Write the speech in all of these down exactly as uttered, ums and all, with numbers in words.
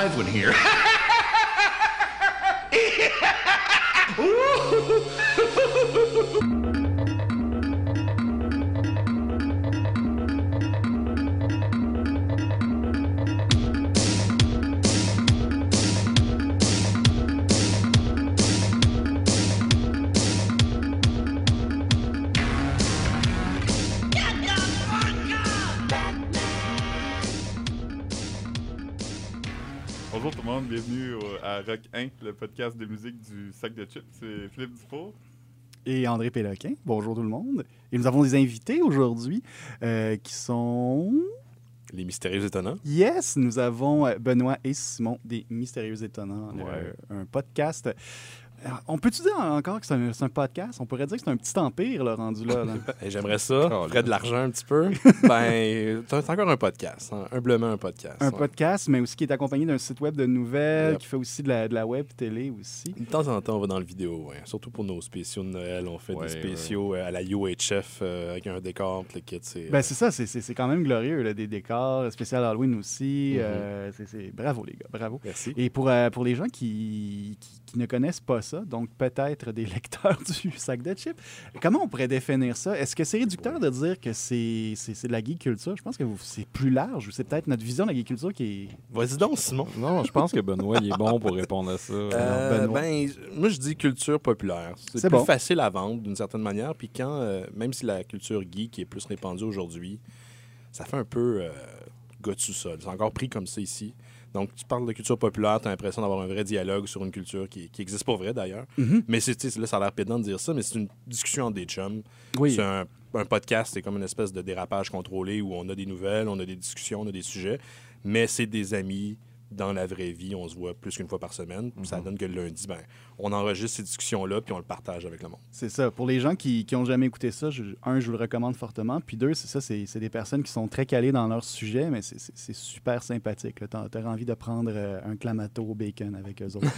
live one here. Bonjour tout le monde, bienvenue au, à Rock un, le podcast de musique du sac de chips. C'est Philippe Dufour. Et André Péloquin. Bonjour tout le monde. Et nous avons des invités aujourd'hui euh, qui sont... Les Mystérieux Étonnants. Yes, nous avons euh, Benoît et Simon des Mystérieux Étonnants, Ouais. euh, un podcast. Alors, on peut-tu dire encore que c'est un, c'est un podcast? On pourrait dire que c'est un petit empire là, rendu là. là. Hey, j'aimerais ça. On ferait de l'argent un petit peu. Ben, c'est encore un podcast. Hein, humblement un podcast. Un ouais. podcast, mais aussi qui est accompagné d'un site web de nouvelles, Yep. qui fait aussi de la, de la web télé aussi. De temps en temps, on va dans le vidéo. Ouais. Surtout pour nos spéciaux de Noël. On fait Ouais, des spéciaux euh, à la U H F euh, avec un décor, le kit. C'est, Ben, c'est ça, c'est, c'est, c'est quand même glorieux, là, des décors, spécial Halloween aussi. Mhm. euh, c'est, c'est... Bravo les gars, bravo. Merci. Et pour, euh, pour les gens qui, qui, qui ne connaissent pas ça, donc peut-être des lecteurs du sac de chips, comment on pourrait définir ça? Est-ce que c'est réducteur de dire que c'est, c'est, c'est de la geek culture? Je pense que vous- c'est plus large ou c'est peut-être notre vision de la geek culture qui est... Vas-y donc, Simon. Non, je pense que Benoît, il est bon pour répondre à ça. Euh, Benoît. ben, moi, je dis culture populaire. C'est, C'est plus bon. facile à vendre d'une certaine manière. Puis quand, euh, même si la culture geek est plus répandue aujourd'hui, ça fait un peu euh, gars de sous-sol. C'est encore pris comme ça ici. Donc, tu parles de culture populaire, tu as l'impression d'avoir un vrai dialogue sur une culture qui, qui existe pas vrai d'ailleurs. Mhm. Mais c'est, tu sais, là, ça a l'air pédant de dire ça, mais c'est une discussion entre des chums. Oui, C'est un, un podcast, c'est comme une espèce de dérapage contrôlé où on a des nouvelles, on a des discussions, on a des sujets, mais c'est des amis dans la vraie vie. On se voit plus qu'une fois par semaine. Puis Ça donne que le lundi, ben, on enregistre ces discussions-là puis on le partage avec le monde. c'est ça. Pour les gens qui n'ont jamais écouté ça, je- un, je vous le recommande fortement. Puis deux, c'est ça, c'est, c'est des personnes qui sont très calées dans leur sujet, mais c'est, c'est, c'est super sympathique. Tu as envie de prendre euh, un clamato au bacon avec eux autres.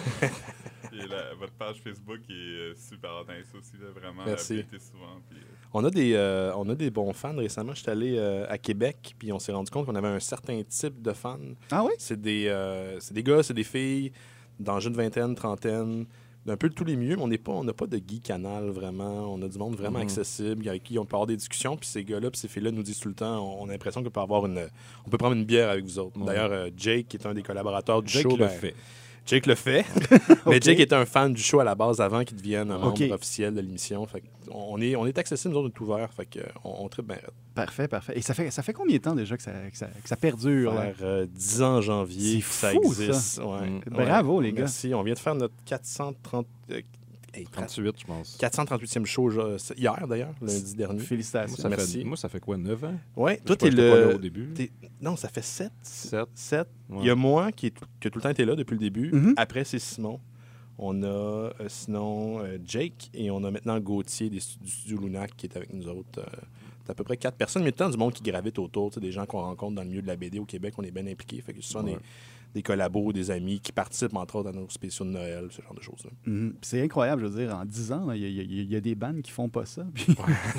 Et la- votre page Facebook est euh, super nice aussi, là, vraiment. Merci. Elle a été souvent. Puis, euh, On a des, euh, on a des bons fans. Récemment, je suis allé euh, à Québec puis on s'est rendu compte qu'on avait un certain type de fans. Ah oui? C'est des, euh, c'est des gars, c'est des filles d'âge de vingtaine, trentaine, d'un peu de tous les milieux, mais on n'est pas, on n'a pas de geek canal vraiment. On a du monde vraiment Mhm. accessible avec qui on peut avoir des discussions. Puis ces gars-là, puis ces filles-là nous disent tout le temps, on, on a l'impression qu'on peut avoir une, on peut prendre une bière avec vous autres. Ouais. D'ailleurs, euh, Jake, qui est un des collaborateurs du Jake show, le ben, fait. Jake le fait. Mais Ok. Jake était un fan du show à la base avant qu'il devienne un membre Ok. officiel de l'émission. Fait que on est, on est accessible, nous autres, on est ouvert. Fait que on, on tripe bien. Parfait, parfait. Et ça fait, ça fait combien de temps déjà que ça, que ça, que ça perdure? là? Faire euh, dix ans en janvier C'est que ça fou, existe. Ouais. Mm. Bravo, les gars. Merci. On vient de faire notre quatre cent trente, euh, hey, trente-huit, je pense. quatre cent trente-huitième show euh, hier, d'ailleurs, lundi dernier. Moi, Félicitations. ça Merci. fait, moi, ça fait quoi, neuf ans? Ouais, Je toi, sais pas, t'es j'étais pas là le. au début. t'es- Non, ça fait sept. Sept. sept. Ouais. Il y a moi qui, est tout- qui a tout le temps été là depuis le début. Mhm. Après, c'est Simon. On a euh, sinon euh, Jake et on a maintenant Gauthier des stu- du studio Lunac qui est avec nous autres. Euh, c'est à peu près quatre personnes, mais tout le temps du monde qui gravite autour, tu sais, des gens qu'on rencontre dans le milieu de la B D au Québec, on est bien impliqués. Fait que ce sont Ouais. des, des collabos, des amis qui participent entre autres à nos spéciaux de Noël, ce genre de choses-là. Mhm. Puis c'est incroyable, je veux dire, en dix ans, il y, a- il y a- il y a des bandes qui font pas ça. Puis...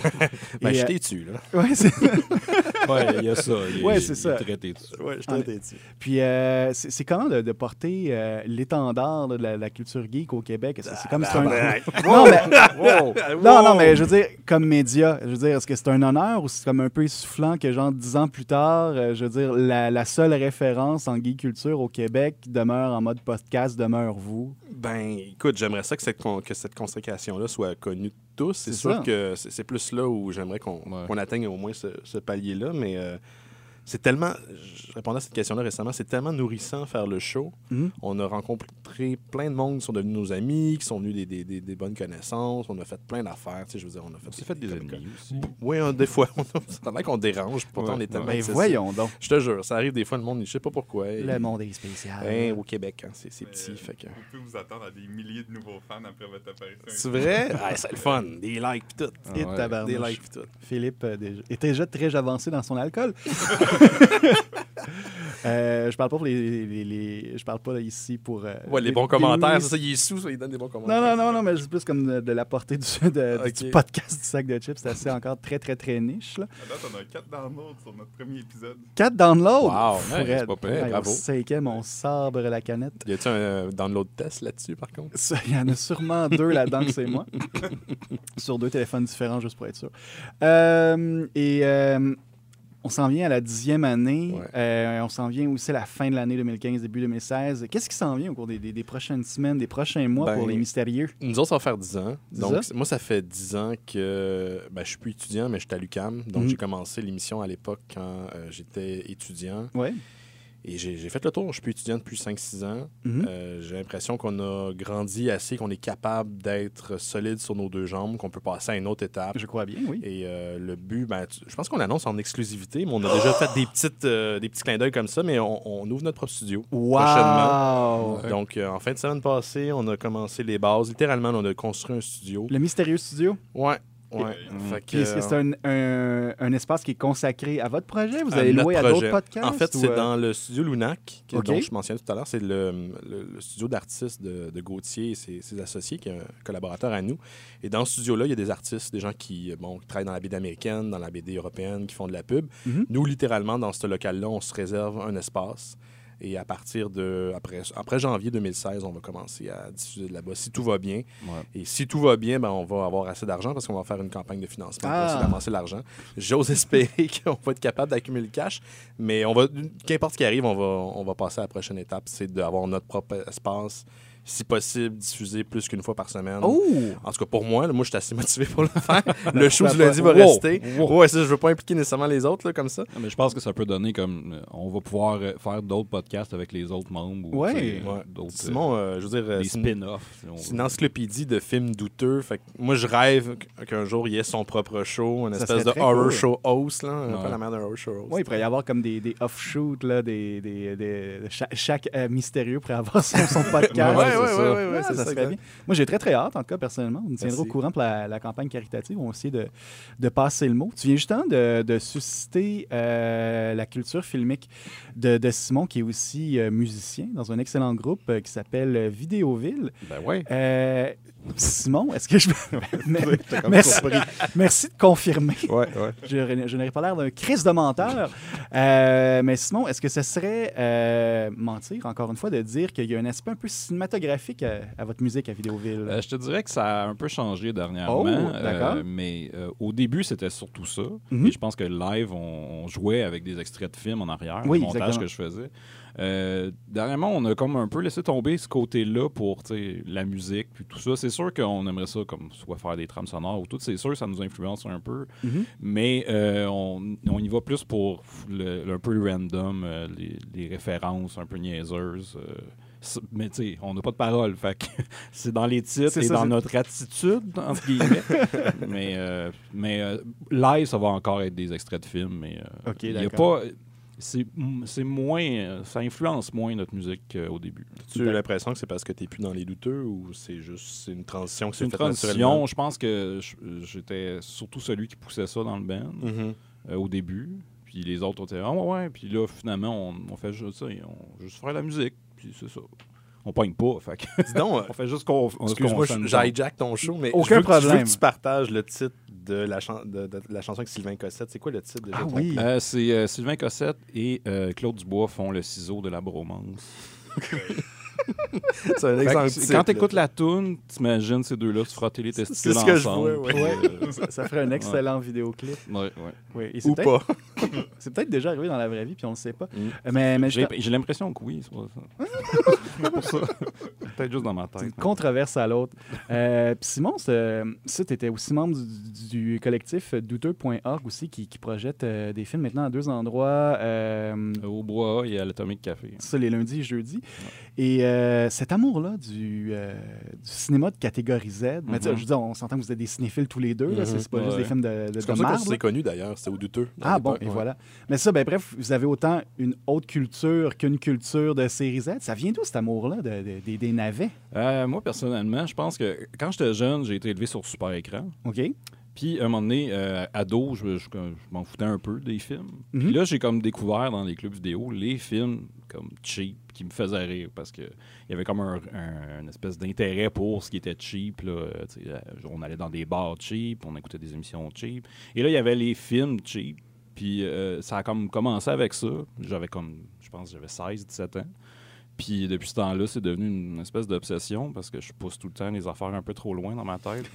Ben, Et, je euh, t'ai dessus, là. ouais, c'est... Ouais, il y a ça. Il, Ouais, il- c'est il ça. est traité dessus. Ouais, je Ah, t'ai dessus. Puis euh, c'est, c'est comment de, de porter euh, l'étendard là, de la, la culture geek au Québec? C'est, c'est comme c'est un... Non, mais... Non, non, mais je veux dire, comme média, je veux dire, est-ce que c'est un honneur ou c'est comme un peu essoufflant que, genre, dix ans plus tard, euh, je veux dire, la, la seule référence en geek culture au Québec demeure en mode podcast, demeure vous? Ben, écoute, j'aimerais ça que cette, con- que cette consécration-là soit connue de tous. C'est, C'est sûr ça. que c'est, c'est plus là où j'aimerais qu'on, Ouais. qu'on atteigne au moins ce, ce palier-là, mais euh, c'est tellement... Je répondais à cette question-là récemment, c'est tellement nourrissant faire le show. Mhm. On a rencontré plein de monde qui sont devenus nos amis, qui sont venus des, des, des, des bonnes connaissances. On a fait plein d'affaires, tu sais, je veux dire, on a fait... On s'est fait des ennemis aussi. Oui, hein, des fois, on a- ça a l'air qu'on dérange, pourtant Ouais. on est tellement Ben accessible. voyons donc. Je te jure, ça arrive des fois, le monde, je sais pas pourquoi. Le monde est spécial. Ben, au Québec, hein, c'est, c'est mais, petit, euh, fait que... Vous pouvez vous attendre à des milliers de nouveaux fans après votre apparition. C'est vrai? Ah, c'est le fun. Des likes pis tout. Ah Et ouais. tabarnouche. Des likes pis tout. Philippe euh, déjà- est déjà très avancé dans son alcool. Euh, euh, je parle pas pour les, les, les- je parle pas là, ici pour. euh, Ouais, les des- bons des commentaires, miss- c'est ça, il est sous, ça, il donne des bons commentaires. Non, non, non, non, mais c'est plus comme de, de la portée du, de- Ok. du podcast du sac de chips. C'est assez encore très, très, très niche. Là. À date, on a quatre downloads sur notre premier épisode. Quatre downloads. Wow, Fou, ouais, c'est raide. pas pire, Ouais, bravo. Au cinquième, on sabre la canette. Y a-tu un euh, download test là-dessus, par contre? Ça, il y en a sûrement deux là-dedans que c'est moi. Sur deux téléphones différents, juste pour être sûr. Euh, et euh, on s'en vient à la dixième année. Ouais. Euh, on s'en vient aussi à la fin de l'année deux mille quinze, début deux mille seize. Qu'est-ce qui s'en vient au cours des, des- des prochaines semaines, des prochains mois Ben, pour les mystérieux? Nous autres, ça va faire dix ans. dix Donc, ans? c- moi, ça fait dix ans que ben, je suis plus étudiant, mais je suis à l'U Q A M. Donc, Mhm. j'ai commencé l'émission à l'époque quand euh, j'étais étudiant. Oui. Et j'ai j'ai fait le tour. Je suis plus étudiant depuis cinq six ans. Mhm. Euh, j'ai l'impression qu'on a grandi assez, qu'on est capable d'être solide sur nos deux jambes, qu'on peut passer à une autre étape. Je crois bien, oui. Et euh, le but, ben, tu- je pense qu'on l'annonce en exclusivité, mais on a déjà fait des, petites, euh, des petits clins d'œil comme ça, mais on, on ouvre notre propre studio prochainement. Wow! Donc, euh, en fin de semaine passée, on a commencé les bases. Littéralement, on a construit un studio. Le mystérieux studio. Ouais, ouais. Mm. Fait que, Puis est-ce que c'est un, un- un espace qui est consacré à votre projet? Vous À allez notre louer à projet. d'autres podcasts? En fait, ou, c'est euh, dans le studio Lunac, que, OK. dont je mentionnais tout à l'heure. C'est le, le- le studio d'artistes de, de Gauthier et ses, ses associés, qui est un collaborateur à nous. Et dans ce studio-là, il y a des artistes, des gens qui, bon, qui travaillent dans la B D américaine, dans la B D européenne, qui font de la pub. Mhm. Nous, littéralement, dans ce local-là, on se réserve un espace. Et à partir de... Après, après janvier deux mille seize, on va commencer à diffuser de là-bas, si tout va bien. Ouais. Et si tout va bien, ben, on va avoir assez d'argent parce qu'on va faire une campagne de financement pour Ah. essayer d'amasser l'argent. J'ose espérer qu'on va être capable d'accumuler le cash, mais on va, qu'importe ce qui arrive, on va, on va passer à la prochaine étape, c'est d'avoir notre propre espace, si possible, diffuser plus qu'une fois par semaine. Oh! En tout cas, pour moi, là, moi, je suis assez motivé pour le faire. Le show du pas- lundi va Wow! rester. Wow! Ouais, ça, je veux pas impliquer nécessairement les autres, là, comme ça. Non, mais je pense que ça peut donner comme. euh, On va pouvoir euh, faire d'autres podcasts avec les autres membres. Ou, Ouais. tu sais, Ouais. d'autres. Simon, euh, je veux dire, euh, euh, des c'est une- spin-offs. si on c'est veut. une encyclopédie de films douteux. Fait que moi, je rêve qu'un jour, il y ait son propre show, une Ça espèce serait de très horror cool. show host, là, un peu Ouais. la mère d'un horror show host. Oui, il pourrait y avoir comme des, des offshoots, là, des, des, des- cha- chaque euh, mystérieux pourrait avoir son, son podcast. Ouais, ouais, ouais, c'est ouais, ça. ouais, ouais, Ah, c'est ça ça, serait exact. bien. Moi, j'ai très, très hâte, en tout cas, personnellement. On nous tiendra au Merci. courant pour la, la campagne caritative. On va essayer de, de passer le mot. Tu viens justement de, de susciter euh, la culture filmique de, de Simon, qui est aussi euh, musicien dans un excellent groupe euh, qui s'appelle euh, Vidéoville. Ben ouais. Euh, Simon, est-ce que je... Mais- T'as comme merci, compris. merci de confirmer. Ouais, ouais. Je, je n'aurais pas l'air d'un Christ de menteur. Euh, mais Simon, est-ce que ce serait euh, mentir, encore une fois, de dire qu'il y a un aspect un peu cinématographique à, à votre musique à Vidéoville? Euh, je te dirais que ça a un peu changé dernièrement. Oh, d'accord. euh, mais euh, au début, c'était surtout ça. Mhm. Et je pense que live, on, on jouait avec des extraits de films en arrière, Oui, le montage exactement. que je faisais. Euh, dernièrement, on a comme un peu laissé tomber ce côté-là pour tu sais, la musique puis tout ça. C'est sûr qu'on aimerait ça comme soit faire des trames sonores ou tout. C'est sûr que ça nous influence un peu. Mhm. Mais euh, on, on y va plus pour le, le- un peu le random, euh, les, les références un peu niaiseuses. euh, c- mais tu sais, on n'a pas de parole. Fait que c'est dans les titres C'est et ça, dans c'est- notre attitude, entre guillemets. mais euh, mais euh, live, ça va encore être des extraits de films. Mais euh, Ok, il y a d'accord. pas. C'est c'est moins. euh, Ça influence moins notre musique qu'au début. Tu as l'impression que c'est parce que tu n'es plus dans les douteux ou c'est juste c'est une transition qui C'est s'est une faite transition. naturellement? Je pense que je- j'étais surtout celui qui poussait ça dans le band. Mhm. euh, au début. Puis les autres ont été ah ouais, ouais. Puis là, finalement, on, on fait juste ça. et On juste faire la musique. Puis c'est ça. On pogne pas. Fait que Dis donc, on fait juste qu'on. qu'on excuse-moi, s'aime je- j'hijack ton show, mais Aucun je veux, que- je veux problème. que tu partages le titre de la, chan- de, de la chanson avec Sylvain Cossette. C'est quoi le titre déjà? Ah de la oui. pièce? Euh, c'est euh, Sylvain Cossette et euh, Claude Dubois font le ciseau de la bromance. C'est un Fait que exemple. c'est- type, quand là. t'écoutes la toune, t'imagines ces deux-là se frotter les testicules c'est ce que je ensemble. vois, ouais. puis, euh, Ça, ça ferait un excellent vidéoclip. ouais, ouais. Oui. Et c'est Ou peut-être- pas. C'est peut-être déjà arrivé dans la vraie vie, puis on ne le sait pas. Mm. Euh, Mais, mais J'ai je- j'ai l'impression que oui, c'est pas ça. C'est pour ça. Peut-être juste dans ma d'une tête. controverse à l'autre. Euh, puis Simon, tu étais aussi membre du, du collectif douteux point org aussi, qui, qui projette euh, des films maintenant à deux endroits. Euh, Au bois et à l'Atomic Café. ça, les lundis et jeudis. Et euh, cet amour-là du, euh, du cinéma de catégorie Z, mais tu sais, Mhm. je veux dire, on s'entend que vous êtes des cinéphiles tous les deux, là, Mhm. c'est c'est pas juste Ouais. des films de, de, C'est de comme ça qu'on marde, s'est là. connus d'ailleurs, c'était au douteux. à Ah bon, l'époque, et ouais. voilà. Mais ça, ben bref, vous avez autant une haute culture qu'une culture de série Z. Ça vient d'où cet amour-là de, de- des- des navets? Euh, moi, personnellement, je pense que quand j'étais jeune, j'ai été élevé sur super écran. OK? Puis, à un moment donné, euh, ado, je, je, je m'en foutais un peu des films. Mhm. Puis là, j'ai comme découvert dans les clubs vidéo les films comme cheap qui me faisaient rire parce qu'il y avait comme un, un, une espèce d'intérêt pour ce qui était cheap. Là. Tu sais, on allait dans des bars cheap, on écoutait des émissions cheap. Et là, il y avait les films cheap. Puis euh, ça a comme commencé avec ça. J'avais comme, je pense, j'avais seize dix-sept ans. Puis depuis ce temps-là, c'est devenu une espèce d'obsession parce que je pousse tout le temps les affaires un peu trop loin dans ma tête.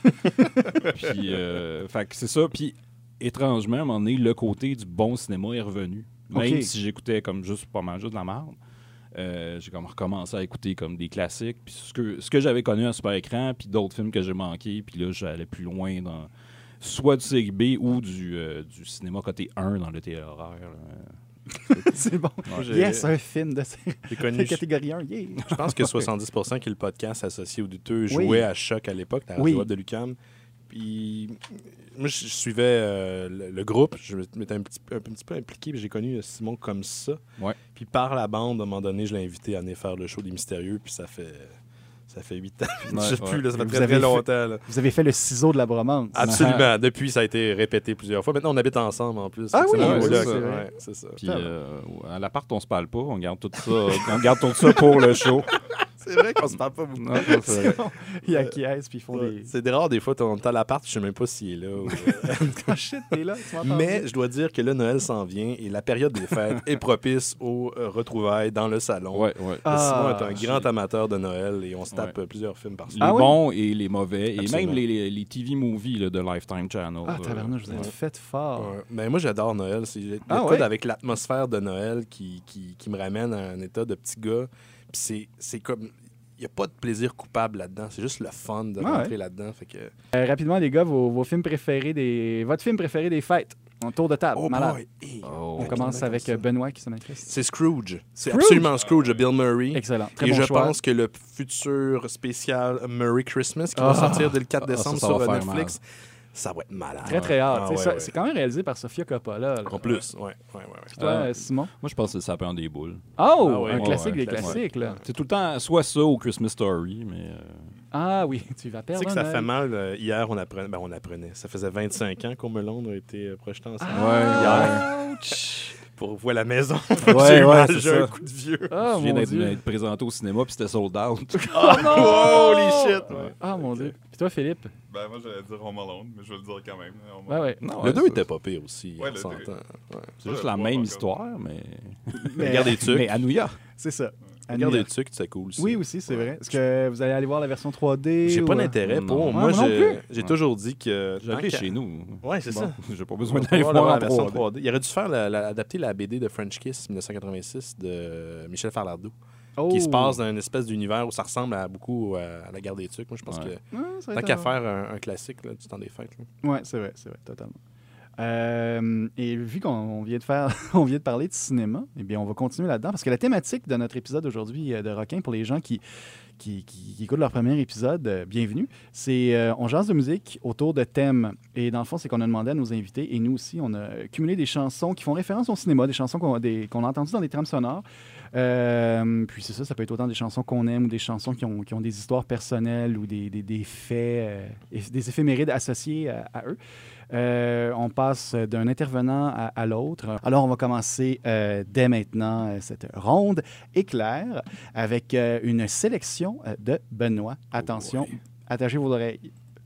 Puis, euh, fait que c'est ça. Puis étrangement, à un moment donné, le côté du bon cinéma est revenu. Même Okay. si j'écoutais comme juste pas mal juste de la merde. Euh, j'ai comme recommencé à écouter comme des classiques. Puis ce que, ce que j'avais connu à super écran, puis d'autres films que j'ai manqués. Puis là, j'allais plus loin dans soit du série B ou du, euh, du cinéma côté un dans le théâtre horaire. C'est bon. Moi, j'ai- Yes, un film de, J'ai de connu. catégorie un. Yeah. Je pense que soixante-dix pour cent qui est le podcast associé aux douteux Oui. jouait à Choc à l'époque, la radio Oui. web de Lucam. Puis moi, je, je suivais euh, le, le groupe, je m'étais un petit, un petit peu impliqué, puis j'ai connu Simon comme ça. Ouais. Puis par la bande, à un moment donné, je l'ai invité à venir faire le show des Mystérieux, puis ça fait ça fait huit ans. Ouais, je sais ouais. plus, là, ça fait Vous très, avez très fait- longtemps. Là. Vous avez fait le ciseau de la bromance. Absolument. Depuis, ça a été répété plusieurs fois. Maintenant, on habite ensemble en plus. Ah Fait que oui, c'est oui, dans c'est le ça. bloc. C'est vrai. Ouais, c'est ça. Puis euh, à l'appart, on se parle pas. On garde tout ça, on garde tout ça pour le show. C'est vrai qu'on se parle pas beaucoup. Non, non, c'est vrai. C'est bon. Ils acquiescent puis ils font des. C'est rare, des fois, on est à l'appart, je sais même pas s'il est là. ou- Oh shit, t'es là, tu m'entends? Mais je dois dire que là, Noël s'en vient et la période des fêtes est propice aux euh, retrouvailles dans le salon. Ouais, ouais. Ah, Simon est un shit. grand amateur de Noël et on se tape Ouais. euh, plusieurs films par Les semaine. Ah oui? bons et les mauvais. Et Absolument. même les, les, les T V movies là, de Lifetime Channel. Ah, euh, tabarnouche, vous êtes ouais. fait fort. Ouais. Mais moi, j'adore Noël. C'est il y a Ah de quoi ouais? avec l'atmosphère de Noël qui, qui, qui me ramène à un état de petit gars. Puis c'est, c'est comme... Il n'y a pas de plaisir coupable là-dedans. C'est juste le fun de Ah rentrer ouais. là-dedans. Fait que... Euh, rapidement, les gars, vos, vos films préférés des. Votre film préféré des fêtes. En tour de table. Oh malade. boy! Hey. Oh. On commence comme avec ça. euh, Benoît qui se manifeste. C'est Scrooge. C'est Scrooge? absolument Scrooge de Bill Murray. Excellent. Très Et bon je choix. pense que le futur spécial Merry Christmas qui Ah. va sortir dès le quatre Ah, décembre ça, ça va sur euh, faire Netflix, ça va être malade. Très, très hâte. Ah, C'est ouais, ça- ouais. C'est quand même réalisé par Sofia Coppola. là. En plus, ouais, ouais, ouais. ouais. Toi, Euh, euh, Simon? Moi, je pense que c'est le sapin des boules. Oh, Ah ouais, un ouais, classique ouais, des ouais. classiques, là. C'est tout le temps soit ça ou Christmas Story, mais... euh, Ah oui, tu vas Tu perdre sais que un ça œil. fait mal. euh, hier, on apprenait, ben, on apprenait. Ça faisait vingt-cinq ans qu'Home Alone a été euh, projeté ensemble. Ah, Hier, pour voir la maison. Ouais, j'ai eu ouais, mal, c'est j'ai ça. un coup de vieux. Ah, je viens mon d'être Dieu. d'être présenté au cinéma puis c'était sold out. Oh non! Holy shit! Ouais. Ah, mon Dieu. Puis toi, Philippe? Ben, moi, j'allais dire Home Alone, mais je vais le dire quand même. Home Ouais, Alone. ouais. Non, Le ouais, deux ça- était pas pire aussi, Ouais, on le s'entend. deux. Ouais. C'est juste Ouais, la ouais, même ouais, histoire, mais... Mais- Regarde les trucs. Mais à New York. C'est ça. Regarde Annie- les trucs, c'est cool aussi. Oui, aussi, c'est Ouais. vrai. Est-ce que vous allez aller voir la version trois D? J'ai pas ou, euh, d'intérêt Non. pour. Ouais, Moi, moi non j'ai plus. j'ai Ouais. toujours dit que. Je l'ai tant chez qu'à- nous. Ouais, c'est Bon, ça. J'ai pas On besoin va d'aller voir voir la en version trois D. trois D. Il aurait dû faire la- la- adapter la B D de French Kiss dix-neuf cent quatre-vingt-six de Michel Farlardeau, Oh. qui se passe dans une espèce d'univers où ça ressemble à beaucoup à, à la guerre des tucs. Moi, je pense Ouais. que Ouais, ça va tant être qu'à un- faire un, un classique là, du temps des fêtes. là. Ouais, c'est vrai, c'est vrai, totalement. Euh, et vu qu'on on vient de faire, on vient de parler de cinéma, eh bien, on va continuer là-dedans parce que la thématique de notre épisode aujourd'hui euh, de Requin, pour les gens qui, qui, qui- qui écoutent leur premier épisode, euh, bienvenue, c'est euh, on jase de musique autour de thèmes. Et dans le fond, c'est qu'on a demandé à nos invités, et nous aussi, on a cumulé des chansons qui font référence au cinéma, des chansons qu'on des- qu'on a entendues dans des trames sonores. Euh, puis c'est ça, ça peut être autant des chansons qu'on aime ou des chansons qui ont, qui ont des histoires personnelles ou des, des, des faits, euh, eff- des éphémérides associés à, à eux. Euh, on passe d'un intervenant à, à l'autre. Alors, on va commencer euh, dès maintenant euh, cette ronde éclair avec euh, une sélection euh, de Benoît. Attention, ouais. attachez vos oreilles.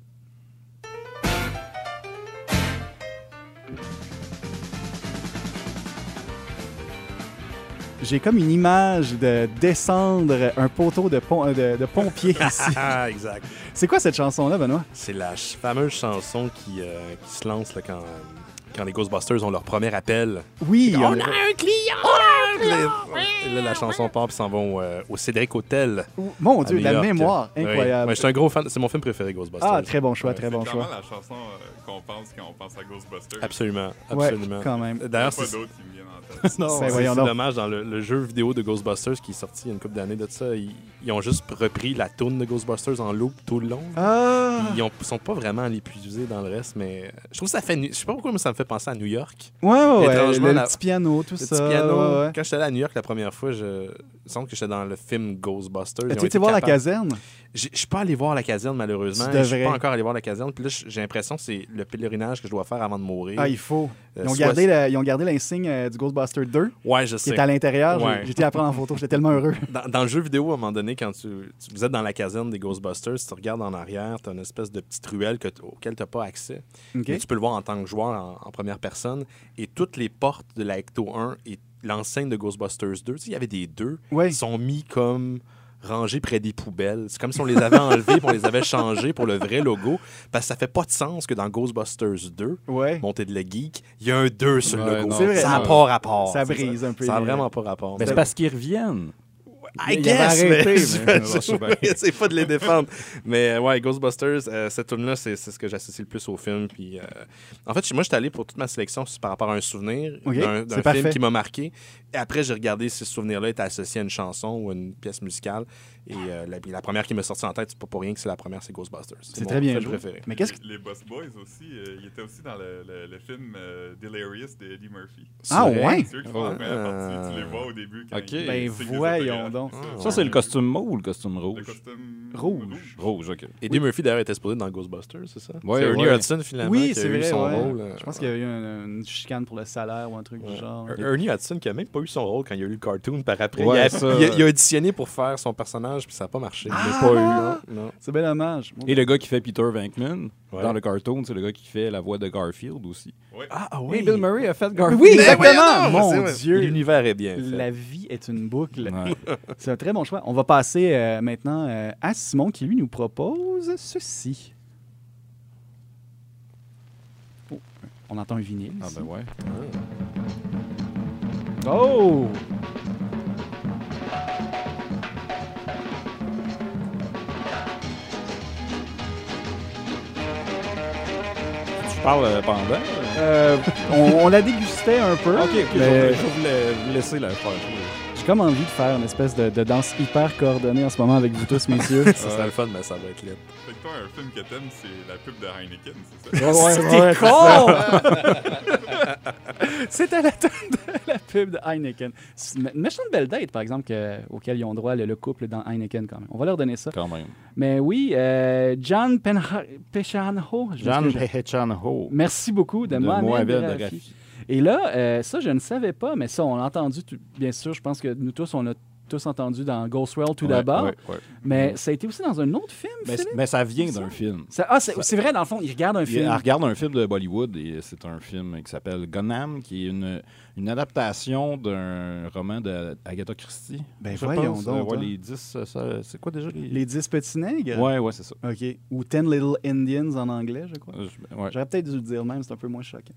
J'ai comme une image de descendre un poteau de, pom- de, de pompier ici. Ah, exact. C'est quoi cette chanson-là, Benoît? C'est la ch- fameuse chanson qui, euh, qui se lance là, quand, quand les Ghostbusters ont leur premier appel. Oui, On on a est- un client! Et là, la chanson part et s'en vont euh, au Cédric Hotel. Mon à Dieu, New la York. mémoire, Oui. incroyable. Ouais, je suis un gros fan. C'est mon film préféré, Ghostbusters. Ah, très bon choix, Ouais, très bon c'est choix. clairement la chanson euh, qu'on pense quand on pense à Ghostbusters. Absolument, Ouais, absolument. quand même. Il y en a D'ailleurs, pas c'est d'autres qui me viennent en tête. Non, C'est- c'est voyons c'est donc. dommage. Dans le, le jeu vidéo de Ghostbusters qui est sorti il y a une couple d'années de ça, ils, ils ont juste repris la toune de Ghostbusters en loop tout le long. Ah! Ils ont- sont pas vraiment allés puiser dans le reste, mais je trouve que ça fait... Je sais pas pourquoi, mais ça me fait penser à New York. Ouais, ouais, ouais. Étrangement, Le, la- petit piano, tout Le ça. petit piano. ouais, ouais. Quand j'étais allé à New York la première fois, je... il semble que j'étais dans le film Ghostbusters. Ils ont As-tu été été voir la capables- caserne? J'ai- Je suis pas allé voir la caserne, malheureusement. Tu Je suis devrais. pas encore allé voir la caserne. Puis là, j'ai l'impression que c'est le pèlerinage que je dois faire avant de mourir. Ah, il faut. Euh, Ils ont, soit- gardé le- ils ont gardé l'insigne euh, du Ghostbuster deux Ouais, je qui sais. est à l'intérieur. J'ai- Ouais. J'étais à prendre en photo. J'étais tellement heureux. Dans, dans le jeu vidéo, à un moment donné, quand tu, tu- vous êtes dans la caserne des Ghostbusters, si tu regardes en arrière, tu as une espèce de petite ruelle que t- auquel tu n'as pas accès. OK. Mais tu peux le voir en tant que joueur en, en première personne. Et toutes les portes de la Ecto un et l'enseigne de Ghostbusters deux, tu sais, il y avait des deux, Ouais. sont mis comme rangés près des poubelles. C'est comme si on les avait enlevés et on les avait changés pour le vrai logo. Parce que ça fait pas de sens que dans Ghostbusters deux, Ouais. Montée de le geek, il y a un deux sur Ouais, le logo. non, C'est vrai. Ça n'a non. pas rapport. Ça c'est brise un peu Ça n'a les- vraiment pas rapport. Mais c'est parce qu'ils reviennent. I Il avait guess, arrêté, mais, mais- je- je- c'est pas de les défendre. Mais euh, ouais, Ghostbusters, euh, cette tune-là, c'est c'est ce que j'associe le plus au film. Puis, euh, en fait, moi, j'étais allé pour toute ma sélection par rapport à un souvenir Ok, d'un c'est d'un film parfait. qui m'a marqué. Et après, j'ai regardé si ce souvenir-là était associé à une chanson ou à une pièce musicale. Et euh, la, la première qui m'est sortie en tête, c'est pas pour rien que c'est la première, c'est Ghostbusters. C'est mon très bien film joué. préféré. Mais qu'est-ce que. Les Boss Boys aussi, euh, ils étaient aussi dans le, le, le film euh, Delirious de Eddie Murphy. Ah, C'est vrai? ouais? C'est eux qui font la Ouais. première partie, tu les vois au début. Quand Ok. ils- Ben, ils signent des voyons autographes, donc. tout Ah, Ça, c'est le costume mauve ou le costume Le rouge? costume Rouge. Rouge, OK. Eddie Murphy, d'ailleurs, était exposé dans Ghostbusters, c'est ça? Ouais, c'est Ernie ouais. Hudson, finalement, Oui, qui a c'est eu vrai. son ouais. rôle. euh, Je pense qu'il y a eu une, une chicane pour le salaire ou un truc Ouais. du genre. Er- Ernie Hudson qui a même pas eu son rôle quand il y a eu le cartoon par après. Ouais, il, a, ça, il a- euh, il a auditionné pour faire son personnage puis ça n'a pas marché. Ah! Il l'a pas eu. Non, non. C'est bien dommage. Et le gars qui fait Peter Venkman, Ouais. dans le cartoon, c'est le gars qui fait la voix de Garfield aussi. Ouais. Ah, ah Et Bill Murray a fait Garfield. Oui, Ben exactement. voyons donc, Mon c'est vrai. Dieu. L'univers est bien fait. La vie est une boucle. Ouais. C'est un très bon choix. On va passer euh, maintenant euh, à Simon qui, lui, nous propose ceci. Oh, on entend un vinyle. Ah ici. ben ouais. Oh! Tu parles euh, pendant? euh? Euh, on, on la dégustait un peu. Ok, ok, je mais vais je vais vous la- vous laisser la faire. j'ai comme envie de faire une espèce de, de danse hyper coordonnée en ce moment avec vous tous, messieurs. Ça serait le fun, mais ça va être lit. Fait que toi, un film que t'aimes, c'est la pub de Heineken, c'est ça? Ouais, ouais, con! C'était la, la pub de Heineken. C'est une méchante belle date, par exemple, que, auquel ils ont droit le, le couple dans Heineken quand même. On va leur donner ça. Quand même. Mais oui, euh, John Penha- Peshanho. je John m'excuse, je- Pehechanho. Merci beaucoup de, De Mohamed Mohamed Rafi. Rafi. Et là, euh, ça, je ne savais pas, mais ça, on l'a entendu, tu- bien sûr. Je pense que nous tous, on l'a tous entendu dans Ghostwell tout Ouais, d'abord. ouais, ouais. Mais ça a été aussi dans un autre film, Mais, Philippe? mais ça vient C'est d'un ça? film. Ça- ah, c'est c'est vrai, dans le fond, il regarde un Il- film. Elle regarde un film de Bollywood et c'est un film qui s'appelle Gunham, qui est une, une adaptation d'un roman d'Agatha Christie. Ben je voyons pense. donc, Euh, ouais, hein. les dix, euh, ça- c'est quoi déjà les... Les dix petits nègres? Ouais, ouais, c'est ça. OK. Ou Ten Little Indians en anglais, je crois. Euh, je- ouais. J'aurais peut-être dû le dire même, c'est un peu moins choquant.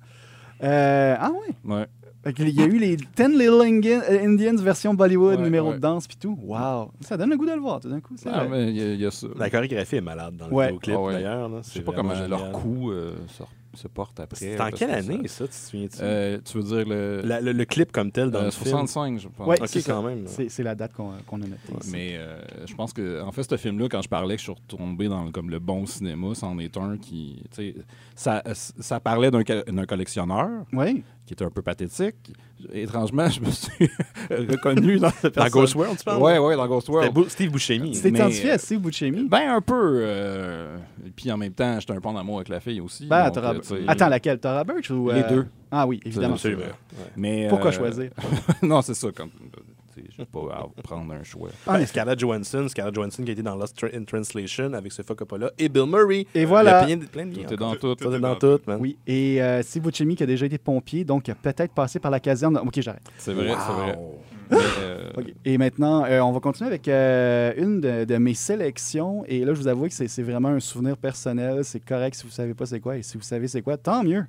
Euh, ah ouais? Ouais. Fait que il y a eu les Ten Little Ingi- Indians version Bollywood, Ouais, numéro ouais. de danse puis tout. Wow! Ça donne le goût de le voir tout d'un coup. c'est Ah, vrai. mais il y, a- il y a ça. La chorégraphie est malade dans le Ouais. vidéoclip, Ah ouais. d'ailleurs. là. Je C'est sais pas vraiment comment leur génial. coup euh, se, se porte après. C'est en parce quelle que année, ça- ça, tu te souviens-tu? Euh, tu veux dire le... La- le, le clip comme tel dans euh, le film. soixante-cinq, je pense. Ouais, Ok, c'est ça. quand même. là. C'est c'est la date qu'on qu'on a notée. ici. Mais euh, je pense que, en fait, ce film-là, quand je parlais que je suis retombé dans le- comme le bon cinéma, c'en est un qui. Tu sais, ça, ça parlait d'un co- d'un collectionneur Oui. qui était un peu pathétique. Étrangement, je me suis reconnu dans cette Dans personne. Ghost World, tu parles? Ouais, ouais, dans Ghost C'était World. Bou- Steve Buscemi. Tu t'es Mais, identifié euh, à Steve Buscemi? Ben, un peu. euh, et puis en même temps, j'étais un peu en amour avec la fille aussi. Ben, donc, Tara- euh, tu sais, Attends, laquelle? Tara Birch ou... Les euh, deux. Ah oui, évidemment. Absolument. Mais, Pourquoi euh, choisir? non, c'est ça. Comme, tu sais, je vais pas à prendre un choix. En Ben, effet. Scarlett Johansson, Scarlett Johansson qui a été dans Lost Tra- in Translation avec Sofia Coppola et Bill Murray. Et voilà. Il y a plein de, plein de liens Tout est encore. dans tout. Tout est dans tout, man. Oui, et euh, Steve Buscemi qui a déjà été pompier, donc il a peut-être passé par la caserne. Ok, j'arrête. C'est vrai, c'est vrai. Wow. Mais, euh, Ok. Et maintenant, euh, on va continuer avec euh, une de, de mes sélections. Et là, je vous avoue que c'est c'est vraiment un souvenir personnel. C'est correct si vous savez pas c'est quoi. Et si vous savez c'est quoi, tant mieux.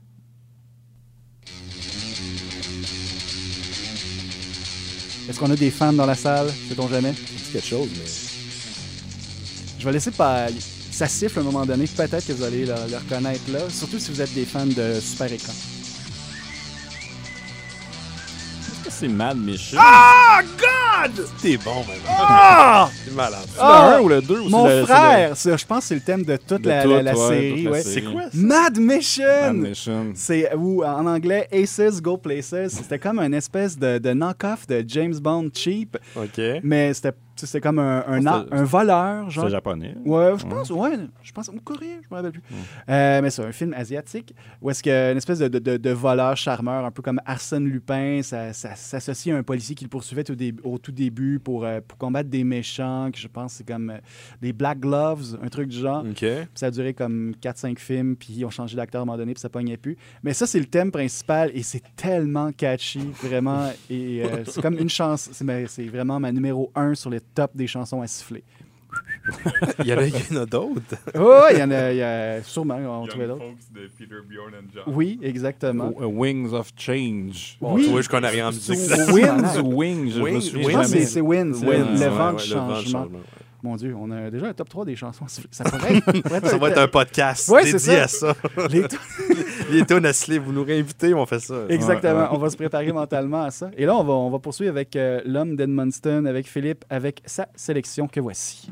Est-ce qu'on a des fans dans la salle? Sait-on jamais? C'est quelque chose, mais... Je vais laisser pas. Ça siffle à un moment donné. Peut-être que vous allez le, le reconnaître là. Surtout si vous êtes des fans de Super Écran. c'est Mad Mission. Ah, God! T'es bon, man. Ah! T'es malade. C'est le un ou le deux? Ou Mon c'est le- frère, ça, je pense que c'est le thème de toute De la, tout, la- la ouais, série. toute la ouais. série. C'est quoi, ça? Mad Mission! Mad Mission. C'est ou en anglais Aces Go Places. C'était comme une espèce de, de knock-off de James Bond cheap, OK. mais c'était c'était comme un, un, Ah, a- c'était- un voleur, genre. C'est japonais. Ouais, je pense, ouais, je pense, ou coréen, je me rappelle plus. Euh, mais c'est un film asiatique où est-ce qu'une espèce de, de, de, de voleur charmeur, un peu comme Arsène Lupin, ça, ça s'associe à un policier qui le poursuivait au, dé- au tout début pour, euh, pour combattre des méchants, que je pense c'est comme euh, des Black Gloves, un truc du genre. OK. Puis ça a duré comme quatre cinq films, puis ils ont changé d'acteur à un moment donné, puis ça pognait plus. Mais ça, c'est le thème principal et c'est tellement catchy, vraiment. Et euh, c'est comme une chanson, c'est ma- c'est vraiment ma numéro un sur les tops des chansons à siffler. Il y en a, il y en a d'autres. Oh, il y en a, il y a sûrement, on va en trouver Young d'autres. Folks de Peter, Bjorn and John. Oui, exactement. Ou- euh, Wings of Change. Bon, Oui. tu vois, je connais rien en musique. C'est- Winds ou Wings, je me Wings, souviens Je pense que jamais. c'est c'est Win, c'est Win, le, ouais, le vent ouais, du le vent du changement. changement, ouais. Mon Dieu, on a déjà un top trois des chansons à siffler. Ça pourrait être... pourrait être- Ça va être un podcast Ouais, c'est dédié ça. à ça. Les- Les tunes à siffler, vous nous réinvitez, on fait ça. Exactement. Ouais, ouais. On va se préparer mentalement à ça. Et là, on va, on va poursuivre avec euh, l'homme d'Edmundston, avec Philippe, avec sa sélection que voici.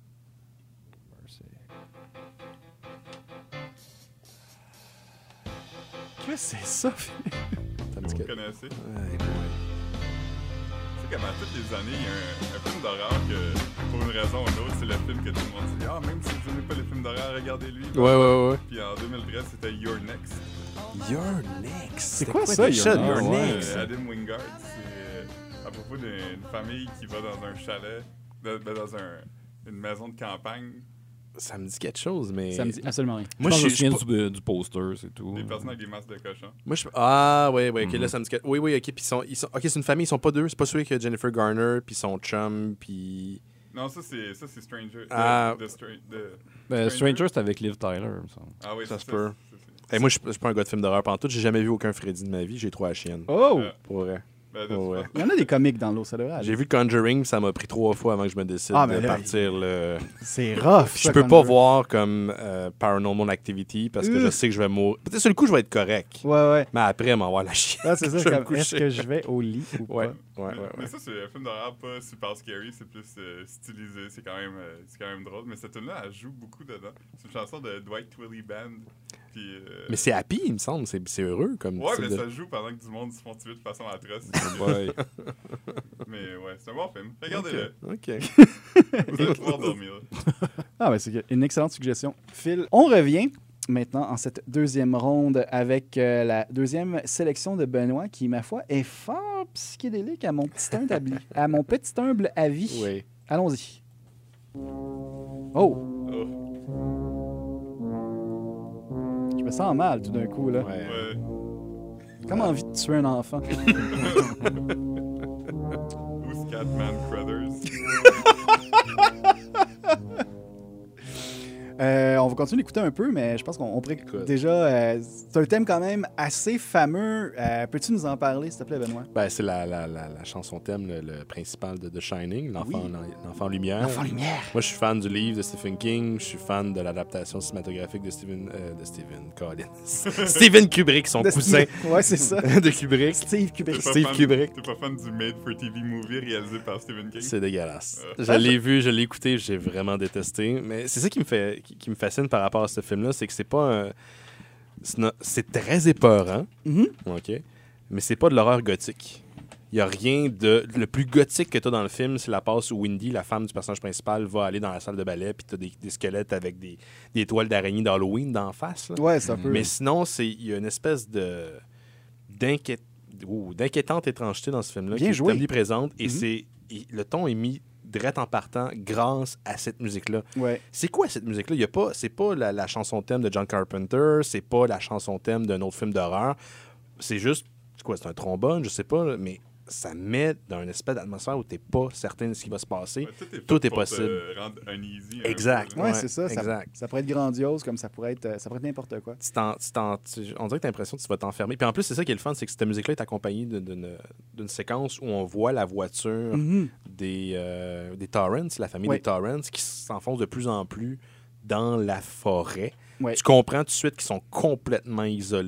Qu'est-ce que c'est ça, Philippe? Ça me dit Vous que- connaissez? Ouais, Tu sais comme à toutes les années, il y a un, un film d'horreur que, pour une raison ou une autre, c'est le film que tout le monde dit « Ah, même si vous n'aimez pas les films d'horreur, regardez-lui. » ouais, ouais, ouais. Puis en deux mille treize, c'était Your Next. Your Next. C'est quoi ça, déjà, Your Your Next? Next? Euh, Adam Wingard, c'est euh, à propos d'une famille qui va dans un chalet, de- de- dans un, une maison de campagne. Ça me dit quelque chose, mais. Ça me dit absolument rien. Moi, Moi, je je me suis. souviens du, du poster, c'est tout. Des personnes avec des masques de cochon. Moi, je... Ah, ouais, ouais, ok, Mhm. là, ça me dit que- Oui, oui, ok, puis ils sont... Ils sont... Ok, c'est une famille, ils sont pas deux, c'est pas celui que Jennifer Garner, puis son chum, puis... Non, ça c'est ça c'est Stranger. de- Ah. de Stra- de- Ben, Stranger. Stranger, c'est avec Liv Tyler, il me semble. Ah oui, Ça c'est se peut. c'est- c'est- Hey, moi, je suis je suis pas un gars de film d'horreur pantoute, j'ai jamais vu aucun Freddy de ma vie, j'ai trop à la chienne. Oh! Euh, Pour vrai. ben, de Oh, toute ouais. façon- Il y en a des comiques dans l'eau, ça devrait aller. J'ai vu Conjuring, ça m'a pris trois fois avant que je me décide Ah, mais de là, partir le... C'est rough. Puis ça, je peux comme pas jeu. voir comme euh, Paranormal Activity parce que Euh. je sais que je vais mourir. Peut-être sur le coup, je vais être correct. Ouais, ouais. Mais après, m'avoir la chienne. Ah, c'est ça, Je vais me comme, est-ce coucher. que je vais au lit ou Ouais, pas? ouais, mais, ouais. mais ouais. ça, c'est un film d'horreur pas super scary, c'est plus euh, stylisé, c'est quand, même, euh, c'est quand même drôle. Mais cette tune-là, elle joue beaucoup dedans. C'est une chanson de Dwight Twilley Band. Puis, euh, Mais c'est happy, il me semble. C'est c'est heureux comme Ouais, type mais de- ça joue pendant que du monde se font tuer de façon atroce. Ouais. mais ouais, c'est un bon film. Regardez-le. OK. Vous allez pouvoir dormir. Ah, ben, c'est une excellente suggestion. Phil, on revient maintenant en cette deuxième ronde avec euh, la deuxième sélection de Benoît qui, ma foi, est fort psychédélique à mon petit humble, abli- à mon petit humble avis. Oui. Allons-y. Oh! Oh, Je me sens mal tout d'un coup, là. Ouais. ouais. J'ai comme envie de tuer un enfant. Who's Catman Crothers? Euh, on va continuer d'écouter un peu, mais je pense qu'on on pourrait Écoute. déjà... euh, c'est un thème quand même assez fameux. Euh, peux-tu nous en parler, s'il te plaît, Benoît? Ben, c'est la, la, la, la chanson thème, le, le principal de The Shining, l'enfant Oui. l'enfant lumière. L'enfant lumière! Moi, je suis fan du livre de Stephen King. Je suis fan de l'adaptation cinématographique de Stephen... euh, de Stephen Collins. Stephen Kubrick, son De cousin Steve- Ouais, c'est ça. de Kubrick. Steve Kubrick. T'es pas Steve fan- Kubrick. T'es pas fan du Made-for-T V movie réalisé par Stephen King? C'est dégueulasse. Euh. Je l'ai vu, je l'ai écouté, j'ai vraiment détesté. Mais c'est ça qui me fait, qui, qui me fascine par rapport à ce film-là, c'est que c'est pas un... c'est no- C'est très épeurant, Mhm. ok, mais c'est pas de l'horreur gothique. Il y a rien de... Le plus gothique que t'as dans le film, c'est la passe où Wendy, la femme du personnage principal, va aller dans la salle de ballet, puis t'as des, des squelettes avec des, des toiles d'araignée d'Halloween d'en face. là. Ouais, ça peut. Mais sinon, c'est il y a une espèce de d'inquiét- ouh, d'inquiétante étrangeté dans ce film-là Bien qui joué. est omniprésente et Mhm. c'est et le ton est mis direct en partant grâce à cette musique-là. Ouais. C'est quoi cette musique-là? Il y a pas, c'est pas la, la chanson thème de John Carpenter, c'est pas la chanson thème d'un autre film d'horreur. C'est juste, c'est quoi, c'est un trombone, je sais pas, là, mais ça met dans une espèce d'atmosphère où t'es pas certain de ce qui va se passer. Ouais, tout est, fait Tout est pour te possible. rendre uneasy un Exact. peu, Ouais, là. Ouais, c'est ça. Ça, exact. ça pourrait être grandiose, comme ça pourrait être, euh, ça pourrait être n'importe quoi. Tu t'en- tu t'en- tu- on dirait que tu as l'impression que tu vas t'enfermer. Puis en plus, c'est ça qui est le fun, c'est que cette musique-là est accompagnée d'une- d'une d'une séquence où on voit la voiture Mhm. des, euh, des Torrance, la famille Ouais. des Torrance, qui s'enfonce de plus en plus dans la forêt. Ouais. Tu comprends tout de suite qu'ils sont complètement isolés.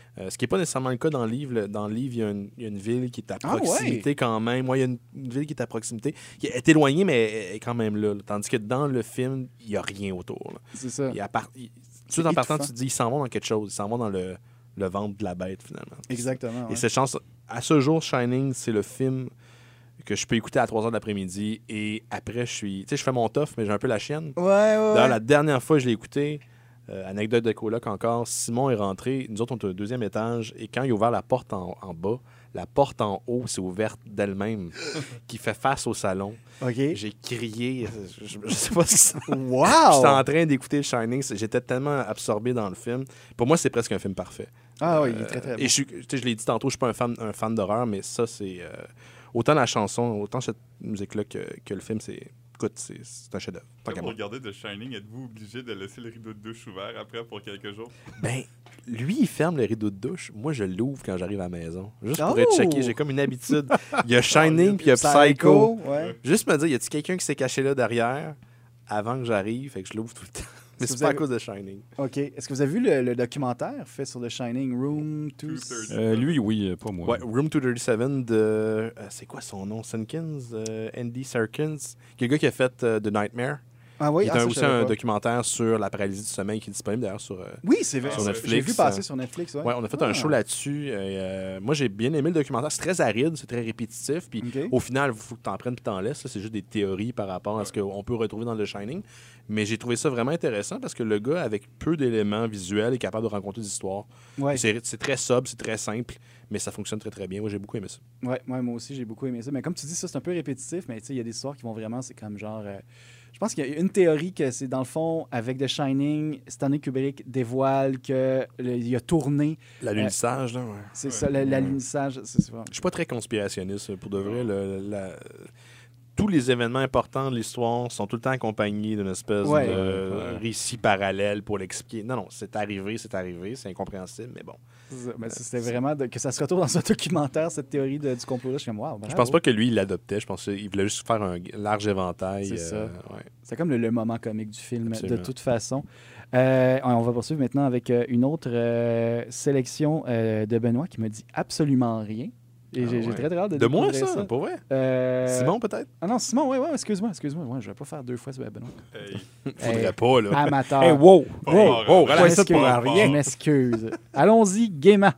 Euh, ce qui n'est pas nécessairement le cas dans le livre. Le- Dans le livre, il y a une, il y a une ville qui est à Ah ouais? proximité quand même. Moi, il y a une, une ville qui est à proximité, qui est éloignée, mais elle est quand même là, là. Tandis que dans le film, il n'y a rien autour. Là. C'est ça. Et à part... il- tout en partant, étouffant. tu te dis, ils s'en vont dans quelque chose. Ils s'en vont dans le, le ventre de la bête, finalement. Exactement. Et ouais. cette chance, à ce jour, Shining, c'est le film que je peux écouter à trois heures de l'après-midi. Et après, je suis. Tu sais, je fais mon tough, mais j'ai un peu la chienne. Ouais, ouais, ouais. D'ailleurs, la dernière fois que je l'ai écouté, euh, anecdote de coloc encore, Simon est rentré. Nous autres, on est au deuxième étage. Et quand il a ouvert la porte en, en bas, la porte en haut s'est ouverte d'elle-même, qui fait face au salon. OK. J'ai crié. Je, je sais pas ce qui s'en Wow! J'étais en train d'écouter le Shining. J'étais tellement absorbé dans le film. Pour moi, c'est presque un film parfait. Ah oui, il est Euh, très, très bon. Et je, suis- tu sais, je l'ai dit tantôt, je suis pas un fan, un fan d'horreur, mais ça, c'est... euh, autant la chanson, autant cette musique-là que, que le film, c'est... Écoute, c'est c'est un chef-d'œuvre. Tant Quand qu'à vous moi. regardez The Shining, êtes-vous obligé de laisser le rideau de douche ouvert après pour quelques jours? Ben, lui, il ferme le rideau de douche. Moi, je l'ouvre quand j'arrive à la maison. Juste pour Oh! être checké. J'ai comme une habitude. Il y a Shining, puis il y a Psycho. ouais. Juste me dire, y a-t-il quelqu'un qui s'est caché là derrière avant que j'arrive? Fait que je l'ouvre tout le temps. Mais Est-ce c'est que pas vous à cause de Shining. OK. Est-ce que vous avez vu le, le documentaire fait sur The Shining Room Two to... thirds. Euh, lui, oui, euh, pas moi. Ouais, Room deux cent trente-sept de... euh, c'est quoi son nom? Sunkins? Euh, Andy Serkins? Qui est le gars qui a fait euh, The Nightmare. Ah oui, Il y ah, a ça, je aussi savais un pas. documentaire sur la paralysie du sommeil qui est disponible d'ailleurs sur... euh, Oui, c'est vrai. Sur Netflix, J'ai vu passer euh, sur Netflix, ouais. Ouais, on a fait Ah. un show là-dessus. et, euh, moi, j'ai bien aimé le documentaire. C'est très aride, c'est très répétitif. Puis OK. au final, il faut que tu en prennes puis t'en laisses. là. C'est juste des théories par rapport à ce qu'on peut retrouver dans The Shining. Mais j'ai trouvé ça vraiment intéressant parce que le gars, avec peu d'éléments visuels, est capable de raconter des histoires. Ouais. C'est c'est très sobre, c'est très simple, mais ça fonctionne très très bien. Moi, j'ai beaucoup aimé ça. Ouais, ouais, moi aussi, j'ai beaucoup aimé ça. Mais comme tu dis, ça, c'est un peu répétitif, mais tu sais, il y a des histoires qui vont vraiment, c'est comme genre... euh, je pense qu'il y a une théorie que c'est, dans le fond, avec The Shining, Stanley Kubrick dévoile qu'il a tourné. L'alunissage, là, ouais. C'est Ouais. ça, la- l'alunissage. C'est c'est vrai. Je suis pas très conspirationniste, pour de vrai. Le- la- tous les événements importants de l'histoire sont tout le temps accompagnés d'une espèce Ouais. de Ouais. récit parallèle pour l'expliquer. Non, non, c'est arrivé, c'est arrivé, c'est incompréhensible, mais bon. C'est ça. Mais c'était vraiment de- que ça se retrouve dans un documentaire, cette théorie de- du complot-là. Je suis comme, wow, Je bravo. pense pas que lui, il l'adoptait. Je pense qu'il voulait juste faire un large éventail. C'est ça. euh, ouais. C'est comme le, le moment comique du film, Absolument. de toute façon. Euh, on va poursuivre maintenant avec euh, une autre euh, sélection euh, de Benoît qui me dit absolument rien. Et Ah j'ai j'ai ouais. très, très hâte de De moi, découvrir ça, pour vrai? Euh, Simon, peut-être? Ah non, Simon, ouais, ouais, excuse-moi, excuse-moi. Ouais, je vais pas faire deux fois, Benoît. Hey, Faudrait Hey, pas, là. Amateur. Hey, wow! Pas Wow! fort, wow! hein. Relaxe ça Je pour m'excuse. rien. Je m'excuse. Allons-y, gaiement.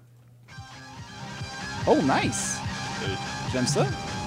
Oh, nice! hey. J'aime ça.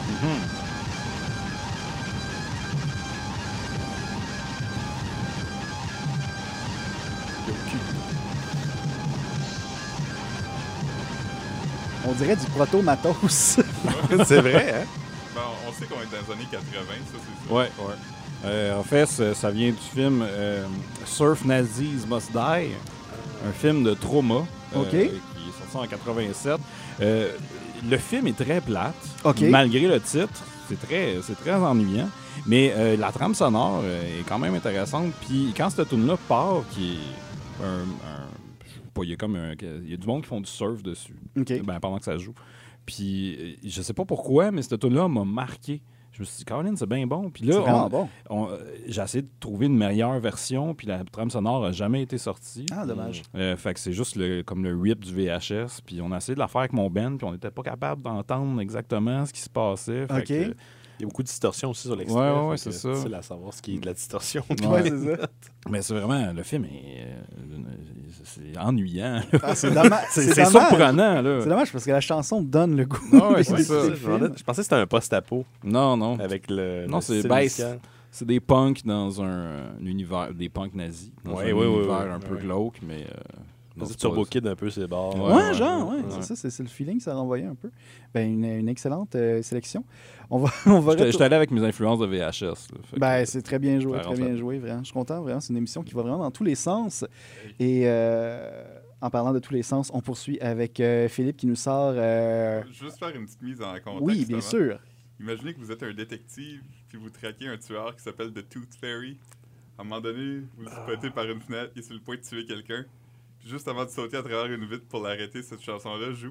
On dirait du proto-matos. C'est vrai, hein? Bon, on sait qu'on est dans les années quatre-vingts, ça c'est ça. Ouais, ouais. Euh, en fait, ça, ça vient du film euh, Surf Nazis Must Die, un film de trauma euh, OK. qui est sorti en quatre-vingt-sept. Euh, le film est très plate, OK. malgré le titre. C'est très, c'est très ennuyant. Mais euh, la trame sonore euh, est quand même intéressante. Puis quand cette tune-là part, qui est un, un- je sais pas, il y a comme un, il y a du monde qui font du surf dessus. OK. Ben, pendant que ça joue. Puis euh, je sais pas pourquoi, mais cette tune-là m'a marqué. Je me suis dit, Colin, c'est bien bon. Puis C'est là, vraiment on- bon. on- euh, j'ai essayé de trouver une meilleure version, puis la trame sonore n'a jamais été sortie. Ah, dommage. Euh, fait que c'est juste le, comme le rip du V H S. Puis on a essayé de la faire avec mon band, puis on n'était pas capable d'entendre exactement ce qui se passait. Fait OK. que, Il y a beaucoup de distorsion aussi sur l'extrait. Ouais, ouais, ouais, fait que c'est ça. C'est difficile à savoir ce qui est de la distorsion. Ouais, c'est ça. mais c'est vraiment, le film est, euh, c'est ennuyant. Ah, c'est dommage. c'est C'est c'est dommage. surprenant, là. C'est dommage parce que la chanson donne le goût. Ah ouais, d'écouter c'est ça. le Je film. pensais que c'était un post-apo Non, non. avec le. Non, le c'est style ben, musical. C'est des punks dans un, un univers, des punks nazis. Dans Ouais, un ouais, ouais, univers ouais, un peu ouais. glauque, mais. Euh, non, C'est c'est Turbo pas- Kid un peu, c'est barres. Ouais, Ouais, genre, ouais, ouais. c'est ça, c'est, c'est le feeling que ça renvoyait un peu. Ben, une, une excellente euh, sélection. On va, on va J'étais retour- j'étais allé avec mes influences de V H S. là, fait Ben, que- c'est très bien joué, ça très rentre bien là. joué, vraiment. Je suis content, vraiment. C'est une émission qui va vraiment dans tous les sens. Et euh, en parlant de tous les sens, on poursuit avec euh, Philippe qui nous sort. euh, Juste faire une petite mise en contexte. Oui, bien avant. sûr. Imaginez que vous êtes un détective, puis vous traquez un tueur qui s'appelle The Tooth Fairy. À un moment donné, vous spotez par une fenêtre, il est sur le point de tuer quelqu'un. Puis juste avant de sauter à travers une vitre pour l'arrêter, cette chanson-là joue.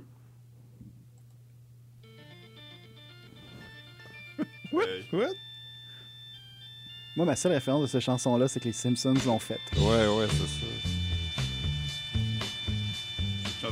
Hey. What? Moi, ma seule référence de cette chanson-là, c'est que les Simpsons l'ont faite. Ouais, ouais, c'est ça. Cette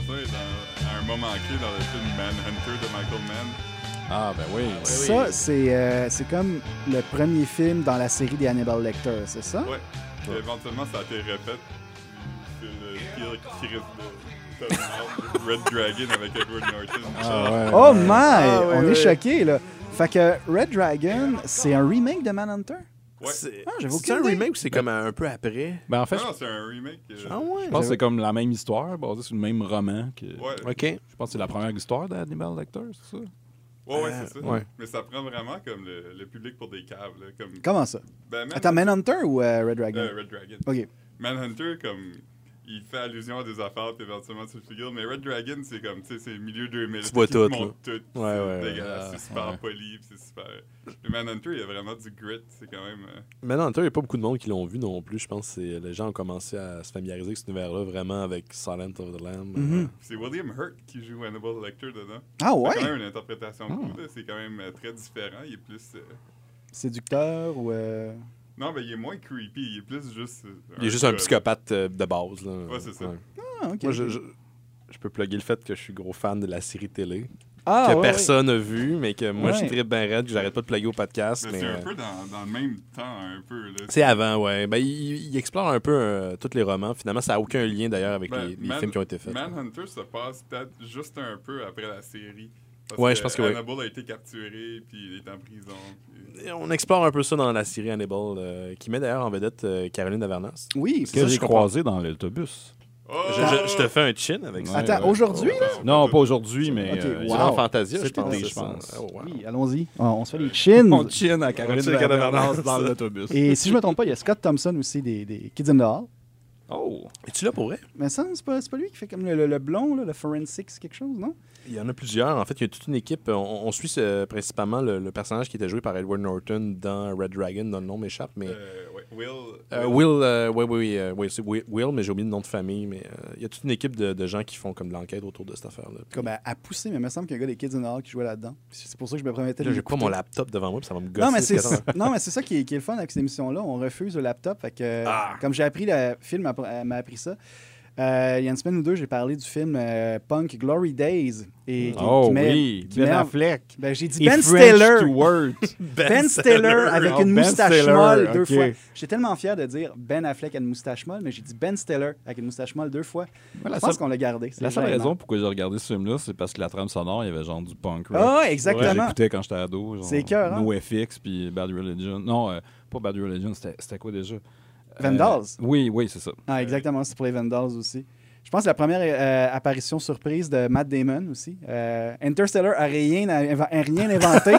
Johnson est dans, à un moment clé dans le film Manhunter de Michael Mann. Ah, ben oui. Ah, ça, oui. c'est, euh, c'est comme le premier film dans la série des Hannibal Lecter, c'est ça? Ouais. Puis éventuellement, ça a été répète. C'est le pire qui reste de Tom Hardy, Red Dragon avec Edward Norton. Ah, ouais. Oh my! Ah, ouais, On ouais. est choqués, là. Fait que Red Dragon, c'est un remake de Manhunter? Ouais. C'est, ah, c'est un remake ou c'est ben, comme un peu après? Ben en fait, non, non, c'est un remake. Euh... Ah ouais, je pense que c'est comme la même histoire, basée sur le même roman. Que... Ouais. OK. Je pense que c'est la première histoire d'Hannibal Lecter, c'est ça? Ouais, ouais, c'est ça. Euh, ouais. Mais ça prend vraiment comme le, le public pour des caves. Là, comme... Comment ça? Ben, Man Attends, Manhunter ou euh, Red Dragon? Euh, Red Dragon. OK. Manhunter, comme... Il fait allusion à des affaires, puis éventuellement tu le figures. Mais Red Dragon, c'est comme, tu sais, c'est milieu deux mille. Tu vois tout, là. Tout, ouais, c'est ouais, dégueulasse, ouais. c'est super ouais. poli, puis c'est super... Le Manhunter, il y a vraiment du grit, c'est quand même... Euh... Manhunter, il n'y a pas beaucoup de monde qui l'ont vu non plus. Je pense que c'est, les gens ont commencé à se familiariser avec cet univers-là, vraiment avec Silent of the Lamb. Mm-hmm. C'est William Hurt qui joue Hannibal Lecter dedans. Ah ouais? C'est quand même une interprétation oh. cool, là. C'est quand même euh, très différent. Il est plus... Euh... Séducteur ou... Euh... Non, ben il est moins creepy, il est plus juste... Euh, il est juste un psychopathe euh, de base. Là. Ouais, c'est ça. Ouais. Ah, ok. Moi, je, je, je peux plugger le fait que je suis gros fan de la série télé. Ah, que ouais, personne n'a ouais. vu, mais que moi, ouais. je suis très bien raide, que j'arrête pas de plugger au podcast. Mais, mais c'est euh... un peu dans, dans le même temps, un peu. Là. C'est avant, ouais. Ben, il, il explore un peu euh, tous les romans. Finalement, ça n'a aucun lien, d'ailleurs, avec ben, les, les Man, films qui ont été faits. Manhunter se passe peut-être juste un peu après la série. Parce ouais, que je pense que Hannibal oui. a été capturé, puis il est en prison. Puis... On explore un peu ça dans la série Hannibal, euh, qui met d'ailleurs en vedette euh, Caroline Davernas. Oui, que j'ai croisé dans l'autobus. Oh! Je, je, je te fais un chin avec ça. Attends, ouais. aujourd'hui, là? Non, pas aujourd'hui, mais... Okay, euh, wow. en Fantasia, je pense. Été, je pense. Oh, wow. Oui, allons-y. On, on se fait les chins. On chin à Caroline Davernas dans l'autobus. Et si je me trompe pas, il y a Scott Thompson aussi des, des Kids in the Hall. Oh! Es-tu là pour vrai? Mais ça, c'est pas, c'est pas lui qui fait comme le, le, le blond, là, le forensics, quelque chose, non? Il y en a plusieurs. En fait, il y a toute une équipe. On, on suit ce, principalement le, le personnage qui était joué par Edward Norton dans Red Dragon, dont le nom m'échappe, mais... Euh, ouais. Will... Euh, Will, euh, oui, oui, oui, euh, oui, c'est Will, Will, mais j'ai oublié le nom de famille, mais euh, il y a toute une équipe de, de gens qui font comme de l'enquête autour de cette affaire-là. Comme à, à pousser, mais il me semble qu'il y a un gars des Kids in the Hall qui jouait là-dedans. C'est pour ça que je me promettais de là, j'ai pas l'écouter. mon laptop devant moi, puis ça va me gosser. Non, mais c'est, non, mais c'est ça qui est, qui est le fun avec cette émission-là. On refuse le laptop. Fait que, Ah. Comme j'ai appris, le film m'a, m'a appris ça. Euh, il y a une semaine ou deux, j'ai parlé du film euh, Punk Glory Days. Et qui, oh qui met, oui, qui Ben met en... Affleck. Ben, j'ai dit Et Ben French Stiller. Stewart. Ben, ben Stiller avec oh, une Ben moustache Stiller, molle deux okay. fois. J'étais tellement fier de dire Ben Affleck a une moustache molle, mais j'ai dit Ben Stiller avec une moustache molle deux fois. Voilà, Je pense ça... qu'on l'a gardé. C'est la seule gênant. raison pourquoi j'ai regardé ce film-là, c'est parce que la trame sonore, il y avait genre du punk rock. Ah, exactement. Ouais, j'écoutais quand j'étais ado. Genre, c'est écœurant. NoFX puis Bad Religion. Non, euh, pas Bad Religion, c'était, c'était quoi déjà? Vandals. Euh, oui, oui, c'est ça. Ah, exactement, c'est pour les Vandals aussi. Je pense que la première euh, apparition surprise de Matt Damon aussi. Euh, Interstellar a rien, a rien inventé.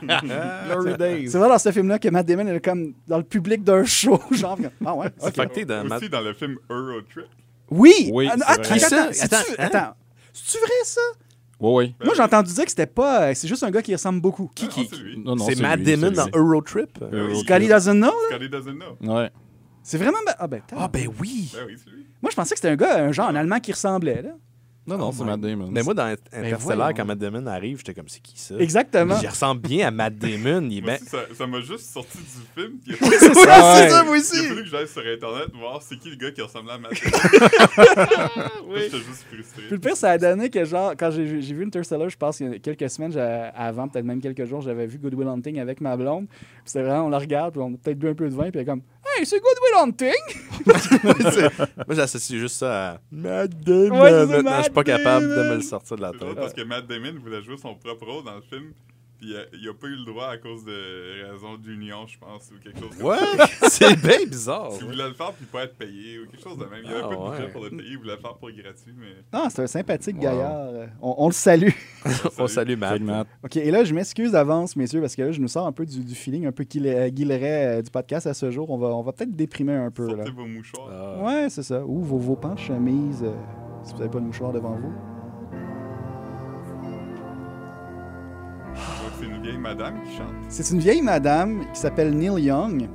Glory Days. C'est vrai dans ce film-là que Matt Damon est comme dans le public d'un show. Genre, ah ouais. C'est Okay. facté dans Aussi Matt... dans le film Eurotrip. Oui! Oui, ah, c'est attends, vrai. attends, Attends, c'est-tu, hein? attends. C'est-tu vrai, ça? Oui, oui. Moi, j'ai entendu dire que c'était pas... C'est juste un gars qui ressemble beaucoup. Qui, qui? C'est lui. Non, non, c'est, c'est Matt lui, Damon c'est dans lui. Eurotrip. Eurotrip. Scotty Doesn't Know, là? Scotty doesn't know. Ouais. C'est vraiment... Ah ben, Ah ben oui! Ben oui, c'est lui. moi, je pensais que c'était un gars, un genre en allemand qui ressemblait, là. Non, non, Oh c'est my- Matt Damon. Mais moi, dans Interstellar, voyons. quand Matt Damon arrive, j'étais comme, c'est qui ça? Exactement. Il ressemble bien à Matt Damon. Il est Moi ben... aussi, ça, ça m'a juste sorti du film. Puis Oui, c'est ça, Ouais. c'est ça, moi il aussi. a fallu que j'aille sur Internet voir c'est qui le gars qui ressemblait à Matt Damon. oui. J'étais juste frustré. Puis le pire, ça a donné que, genre, quand j'ai, j'ai vu Interstellar, je pense, il y a quelques semaines j'ai- avant, peut-être même quelques jours, j'avais vu Good Will Hunting avec ma blonde. Puis c'était vraiment, on la regarde, puis on a peut-être bu un peu de vin, puis elle est comme, hey, c'est Good Will Hunting! Moi, j'associe juste ça à Matt Damon. Ouais, c'est Maintenant, je suis pas Matt capable de Damon. me le sortir de la C'est drôle tête. parce que Matt Damon voulait jouer son propre rôle dans le film. Puis euh, il a pas eu le droit à cause de raisons d'union, je pense, ou quelque chose comme Ouais, ça. c'est bien bizarre. Il voulait le faire puis pas être payé ou quelque chose de même. Il y avait Ah, pas de budget ouais. pour le payer, il voulait le faire pour gratuit, mais... Ah, c'est un sympathique Wow. gaillard. On, on le salue. On salue Matt. Salut, Matt. OK, et là, je m'excuse d'avance, messieurs, parce que là, je nous sors un peu du, du feeling un peu guilleret euh, du podcast à ce jour. On va, on va peut-être déprimer un peu, là. Sortez vos mouchoirs. Ah. Ouais, c'est ça. Ou vos, vos pants de chemise, euh, si vous n'avez pas de mouchoir devant vous. Donc c'est une vieille madame qui chante. C'est une vieille madame qui s'appelle Neil Young.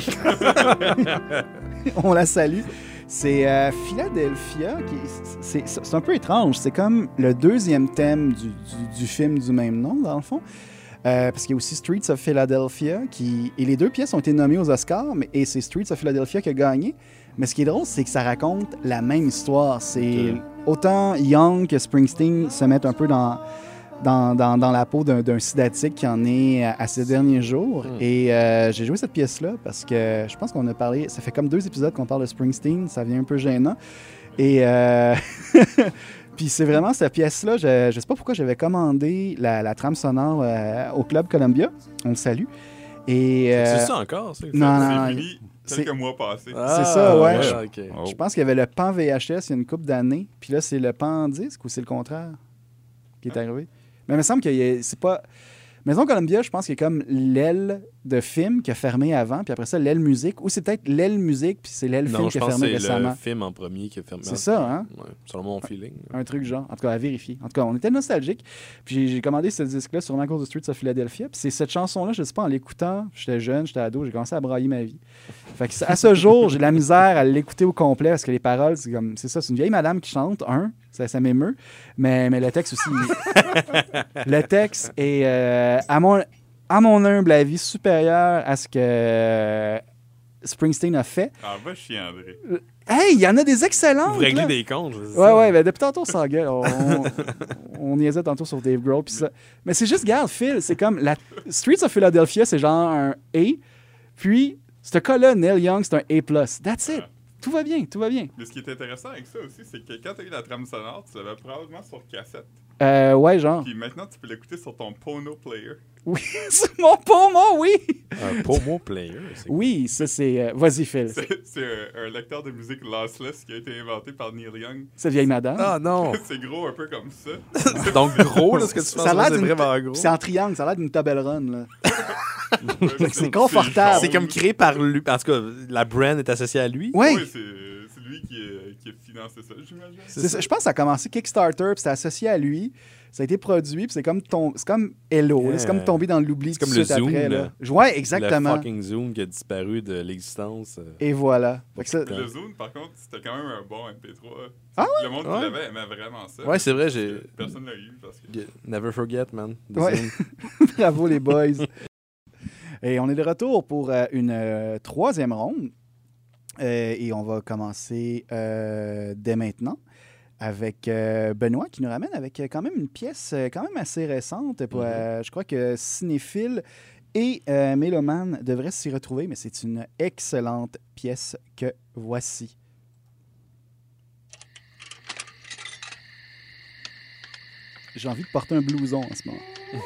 On la salue. C'est euh, Philadelphia. Qui, c'est, c'est, c'est un peu étrange. C'est comme le deuxième thème du, du, du film du même nom, dans le fond. Euh, parce qu'il y a aussi Streets of Philadelphia. Qui, et les deux pièces ont été nommées aux Oscars, mais, et c'est Streets of Philadelphia qui a gagné. Mais ce qui est drôle, c'est que ça raconte la même histoire. C'est Ok. autant Young que Springsteen se mettent un peu dans, dans, dans, dans la peau d'un, d'un sidatique qui en est à, à ses derniers jours. Hmm. Et euh, j'ai joué cette pièce-là parce que je pense qu'on a parlé... Ça fait comme deux épisodes qu'on parle de Springsteen. Ça devient un peu gênant. Et... Euh, Puis c'est vraiment cette pièce-là, je ne sais pas pourquoi j'avais commandé la, la trame sonore euh, au Club Columbia. On le salue. Et, euh, C'est ça encore? C'est non, non, C'est non, fini c'est- quelques mois passés. Ah, ça, ouais. OK. Oh. je pense qu'il y avait le pan V H S il y a une couple d'années. Puis là, c'est le pan disque ou c'est le contraire qui est arrivé? Mais il me semble que y a- c'est pas... Maison Columbia, je pense qu'il y a comme l'aile de film qui a fermé avant, puis après ça, l'aile musique. Ou c'est peut-être l'aile musique, puis c'est l'aile film Non, qui je a pense que fermé c'est récemment. le film en premier qui a fermé. C'est ça, hein? Ouais, selon mon feeling. Un truc genre. En tout cas, à vérifier. En tout cas, on était nostalgiques. Puis j'ai- j'ai commandé ce disque-là sur à cause de Streets of Philadelphia. Puis c'est cette chanson-là, je sais pas, en l'écoutant, j'étais jeune, j'étais ado, j'ai commencé à brailler ma vie. Fait que à ce jour, j'ai de la misère à l'écouter au complet parce que les paroles, c'est comme, c'est ça, c'est une vieille madame qui chante, un, ça, ça m'émeut. Mais, mais le texte aussi. il- le texte est, euh, à, mon, à mon humble avis, supérieur à ce que euh, Springsteen a fait. Ah, va chier, André. Hey, il y en a des excellentes! Vous réglez là. des comptes, je veux dire. Ouais, ouais, ben depuis tantôt, on s'engueule. On, on, on niaisait tantôt sur Dave Grohl. Pis ça. Mais c'est juste, garde, Phil, c'est comme la Streets of Philadelphia, c'est genre un A. Puis, ce cas-là, Neil Young, c'est un A plus. That's it. Ah. Tout va bien, tout va bien. Mais ce qui est intéressant avec ça aussi, c'est que quand tu as eu la trame sonore, tu l'avais probablement sur cassette. Euh, ouais, genre. Puis maintenant, tu peux l'écouter sur ton Pono Player. Oui, c'est mon pomo, oui. Un Pomo Player. c'est- Oui, ça, c'est. euh, Vas-y, Phil. C'est c'est un, un lecteur de musique lossless qui a été inventé par Neil Young. Cette vieille madame. Ah non! C'est gros un peu comme ça. Donc gros, là, ce que tu penses, ça a l'air c'est d'une- vraiment gros. C'est en triangle, ça a l'air d'une table run, là. C'est confortable. C'est comme créé par lui. En tout cas, la brand est associée à lui. Oui. Oui, c'est c'est lui qui, a- qui a financé ça, j'imagine. C'est ça. Je pense que ça a commencé Kickstarter, puis c'était associé à lui. Ça a été produit, puis c'est comme, tom- c'est comme Hello, là, Yeah. c'est comme tombé dans l'oubli C'est tout comme de le suite Zoom, après. là. Là. Ouais, Le exactement. fucking Zoom qui a disparu de l'existence. euh. Et voilà. Fait que ça- Le Zune, par contre, c'était quand même un bon M P trois. Ah Le monde qui Ouais. l'avait aimait vraiment ça. Ouais, c'est vrai, Parce j'ai- que Personne l'a eu parce que... Yeah, Never forget, man. The Ouais. Zoom. Bravo les boys. Et on est de retour pour euh, une euh, troisième ronde. Euh, et on va commencer euh, dès maintenant avec euh, Benoît qui nous ramène avec euh, quand même une pièce euh, quand même assez récente. Pour, euh, je crois que cinéphile et euh, mélomane devraient s'y retrouver, mais c'est une excellente pièce que voici. J'ai envie de porter un blouson en ce moment.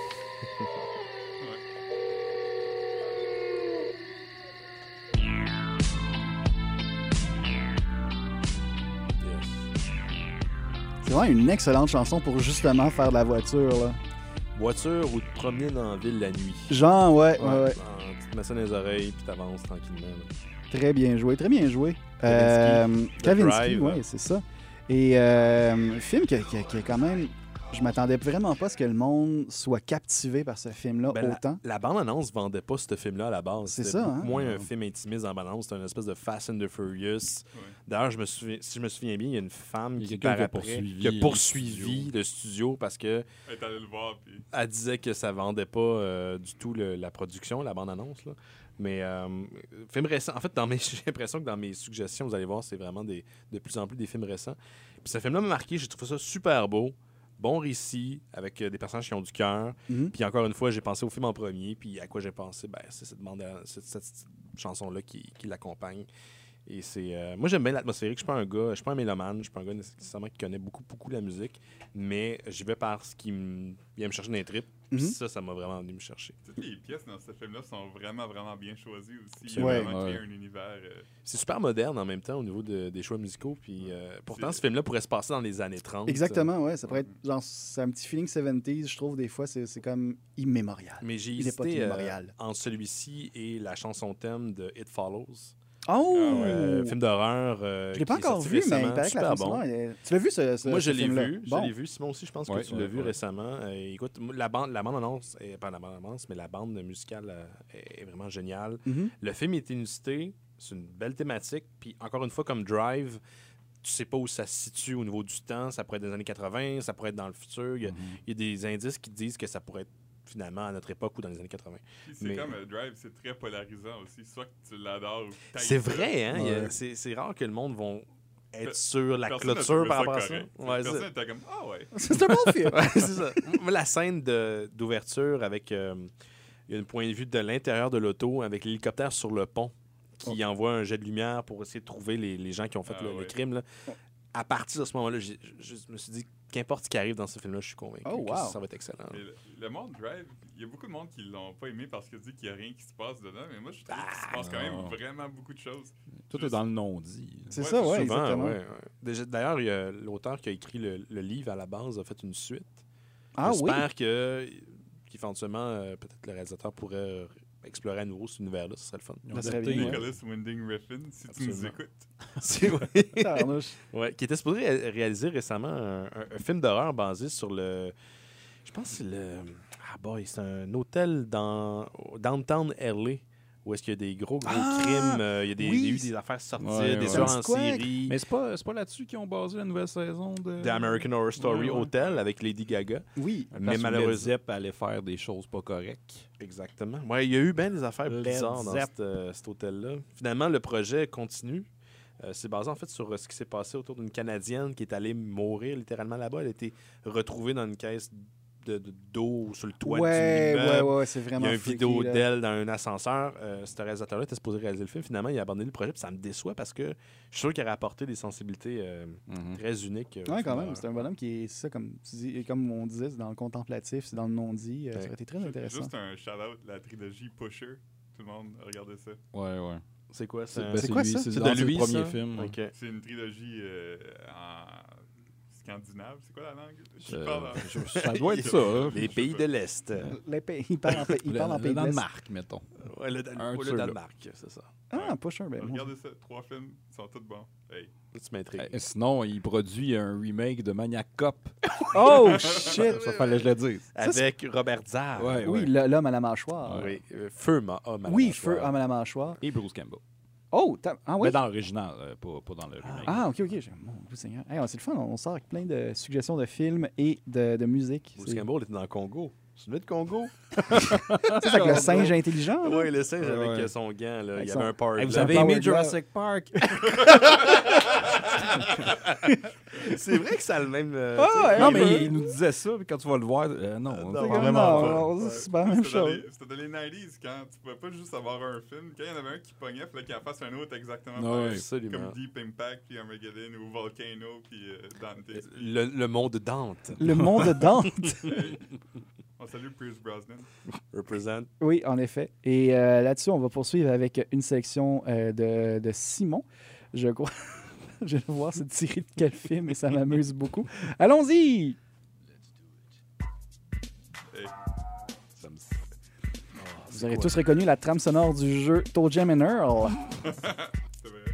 Yes. C'est vraiment une excellente chanson pour justement faire de la voiture. Là. Voiture ou te promener dans la ville la nuit. Genre, ouais, ouais, ouais. en- tu te mets ça dans les oreilles puis t'avances tranquillement. là. Très bien joué, très bien joué. Kavinsky. The Kavinsky, Drive. oui, c'est ça. Et euh, film qui, qui, qui est quand même... Je m'attendais vraiment pas à ce que le monde soit captivé par ce film-là Ben, autant. La, la bande-annonce vendait pas ce film-là à la base. C'est C'était ça, beaucoup hein? moins un film intimiste en bande-annonce. C'était une espèce de Fast and the Furious. Ouais. D'ailleurs, je me souviens, si je me souviens bien, il y a une femme Il y a qui, quelqu'un par qui a après, poursuivi qui a le poursuivi studio. le studio parce que Elle est allée le voir, puis... elle disait que ça vendait pas euh, du tout le- la production, la bande-annonce. là. Mais euh, film récent. En fait, dans mes, j'ai l'impression que dans mes suggestions, vous allez voir, c'est vraiment des, de plus en plus des films récents. Puis ce film-là m'a marqué. J'ai trouvé ça super beau. Bon récit, avec euh, des personnages qui ont du cœur. Mhm. Puis encore une fois, j'ai pensé au film en premier. Puis à quoi j'ai pensé, ben, c'est cette, bande, cette, cette chanson-là qui, qui l'accompagne. Et c'est. euh, moi, j'aime bien l'atmosphérique. Je suis pas un gars, je suis pas un mélomane. Je suis pas un gars nécessairement qui connaît beaucoup, beaucoup la musique. Mais j'y vais par ce qui me- vient me chercher dans les tripes. Puis Mhm. ça, ça m'a vraiment venu me chercher. Toutes les pièces dans ce film-là sont vraiment, vraiment bien choisies aussi. Il y a Ouais. vraiment créé Ouais. un univers... euh, C'est super moderne en même temps au niveau de- des choix musicaux. Puis euh, pourtant, C'est- ce film-là pourrait se passer dans les années trente. Exactement, ouais. Ça pourrait être genre, c'est un petit feeling soixante-dix, je trouve, des fois, c'est c'est comme immémorial. Mais j'ai Une époque hésité euh, immémoriale. entre celui-ci et la chanson thème de It Follows. Oh! Ah ouais, Euh, film d'horreur. euh, Je l'ai pas qui est encore sorti vu, mais récemment. il paraît que la Super chanson, bon. elle est- Tu l'as vu, ce, ce Moi, ce je l'ai film-là? vu. Bon. Je l'ai vu. Simon aussi, je pense Ouais, que tu ouais, l'as vu ouais. récemment. Euh, écoute, moi, la bande, la bande annonce, euh, pas la bande annonce, mais la bande musicale euh, est vraiment géniale. Mhm. Le film est inusité. C'est une belle thématique. Puis encore une fois, comme Drive, tu sais pas où ça se situe au niveau du temps. Ça pourrait être des années quatre-vingts, ça pourrait être dans le futur. Il y a, Mhm. il y a des indices qui disent que ça pourrait être finalement, à notre époque ou dans les années quatre-vingts. Puis c'est Mais- comme euh, Drive, c'est très polarisant aussi. Soit que tu l'adores ou que t'haïs C'est ça. vrai, hein? il y a- Ouais. C'est c'est rare que le monde vont être Pe- sur la Personne n'a clôture trouvé par rapport à ça. correct. Ouais, Personne c'est- était comme « Ah ouais! C'est un bon film. Ouais, c'est ça. Moi, la scène de- d'ouverture avec euh, il y a une point de vue de l'intérieur de l'auto avec l'hélicoptère sur le pont qui envoie un jet de lumière pour essayer de trouver les, les gens qui ont fait Ah le, le ouais. crime. Là. À partir de ce moment-là, j'ai- je, je me suis dit, qu'importe ce qui arrive dans ce film-là, je suis convaincu Oh, que wow. ça va être excellent. Mais le, le monde Drive, il y a beaucoup de monde qui l'ont pas aimé parce qu'ils disent qu'il n'y a rien qui se passe dedans. Mais moi, je trouve qu'il se passe quand même non. vraiment beaucoup de choses. Tout est dans le non-dit. C'est Ouais, ça, ouais, Souvent, exactement. ouais, ouais. Déjà, d'ailleurs, il y a l'auteur qui a écrit le, le livre à la base a fait une suite. Ah oui? J'espère que qu'éventuellement, euh, peut-être le réalisateur pourrait euh, explorer à nouveau cet univers-là. Ce serait le fun. Ils ont Ça serait adapté, bien, euh, Nicholas Winding Refn, si tu nous Absolument. écoutes. C'est ouais. Tabarnouche. Ouais, qui était supposé ré- réaliser récemment un, un- un film d'horreur basé sur le. Je pense que c'est le. Ah boy, c'est un hôtel dans au downtown L A où est-ce qu'il y a des gros, gros Ah! crimes. euh, Il y a des, Oui! il y a eu des affaires sorties, Ouais, des ouais. tueurs en Comme Squack. série. Mais c'est pas, c'est pas là-dessus qu'ils ont basé la nouvelle saison de... The American Horror Story Ouais, ouais. Hotel avec Lady Gaga. Oui. Mais Mais malheureusement, malheureusement. Led Zepp allait faire des choses pas correctes. Exactement. Ouais, il y a eu bien des affaires Led bizarres dans Zepp. cet, euh, cet hôtel-là. Finalement, le projet continue. Euh, c'est basé en fait sur euh, ce qui s'est passé autour d'une Canadienne qui est allée mourir littéralement là-bas. Elle a été retrouvée dans une caisse de, de- d'eau sur le toit Ouais, du ouais, immeuble. ouais, c'est Il y vraiment a une freaky, vidéo là. d'elle dans un ascenseur. Euh, ce réalisateur-là était supposé réaliser le film. Finalement, il a abandonné le projet. Puis ça me déçoit parce que je suis sûr qu'il aurait apporté des sensibilités euh, Mhm. très uniques. euh, au Ouais, quand film même. C'est un bonhomme qui est, c'est ça, comme, tu dis, comme on disait, c'est dans le contemplatif, c'est dans le non-dit. euh, Ça Ouais. aurait été très intéressant. Juste un shout-out, la trilogie Pusher. Tout le monde a regardé ça. Ouais, ouais. C'est quoi? C'est C'est, ben, c'est quoi lui, ça? C'est c'est dans de le lui, premier ça? film. ouais. Ok. C'est une trilogie euh, en scandinave. C'est quoi la langue? Je Euh, parle en- je- ça doit être ça. hein. Les pays de l'Est. Les pays, il parle en, pays- il Le, parle en le pays de l'Est. Danemark, mettons. Ouais, le, Dan- Un ou de le ceux-là. Danemark, c'est ça. Ah, Pusher, ben, mon- Regardez ça. Trois films. Ils sont tous bons. Hey. Là, tu m'intrigues. Eh, sinon, il produit un remake de Maniac Cop. Oh, shit! Ça fallait que je le dise. Avec Robert Zard. Ouais, Oui, ouais. le- l'homme à la mâchoire. Oui, euh, Feu, ma homme. à la Oui, mâchoire. feu, homme à la mâchoire. Et Bruce Campbell. Oh, t'as- ah oui? Mais dans l'original, euh, pas, pas dans le remake. Ah, ok, ok. J'ai- Mon Dieu Seigneur. Hey, c'est le fun. On sort avec plein de suggestions de films et de, de musique. Bruce C'est Campbell était dans le Congo. C'est une de Congo? c'est avec le singe intelligent. là? Oui, le singe Ouais, avec ouais. euh, son gant. Là. Il Avec y son- avait un party. Hey, vous un avez Power aimé Glove. Jurassic Park? C'est vrai que ça a le même... euh, Ah, tu sais, ouais, non, il mais veut. il nous disait ça, puis quand tu vas le voir, euh, non. Euh, on- non, C'est vraiment comme, pas. non, Ouais. c'est pas la même C'était dans chose. les- C'était dans les quatre-vingt-dix quand tu pouvais pas juste avoir un film. Quand il y en avait un qui pognait, il fallait qu'il en fasse un autre exactement Ouais, pareil. absolument. Comme Deep Impact, puis Armageddon, ou Volcano, puis euh, Dante. Le, le monde de Dante. Le monde de Dante. Hey. On salue Pierce Brosnan. Represent. Oui, en effet. Et euh, là-dessus, on va poursuivre avec une section euh, de, de Simon. Je crois. Je vais voir cette série de quel film et ça m'amuse beaucoup. Allons-y! Hey. Ça me... Vous aurez tous reconnu la trame sonore du jeu Toe Jam and Earl. C'est vrai.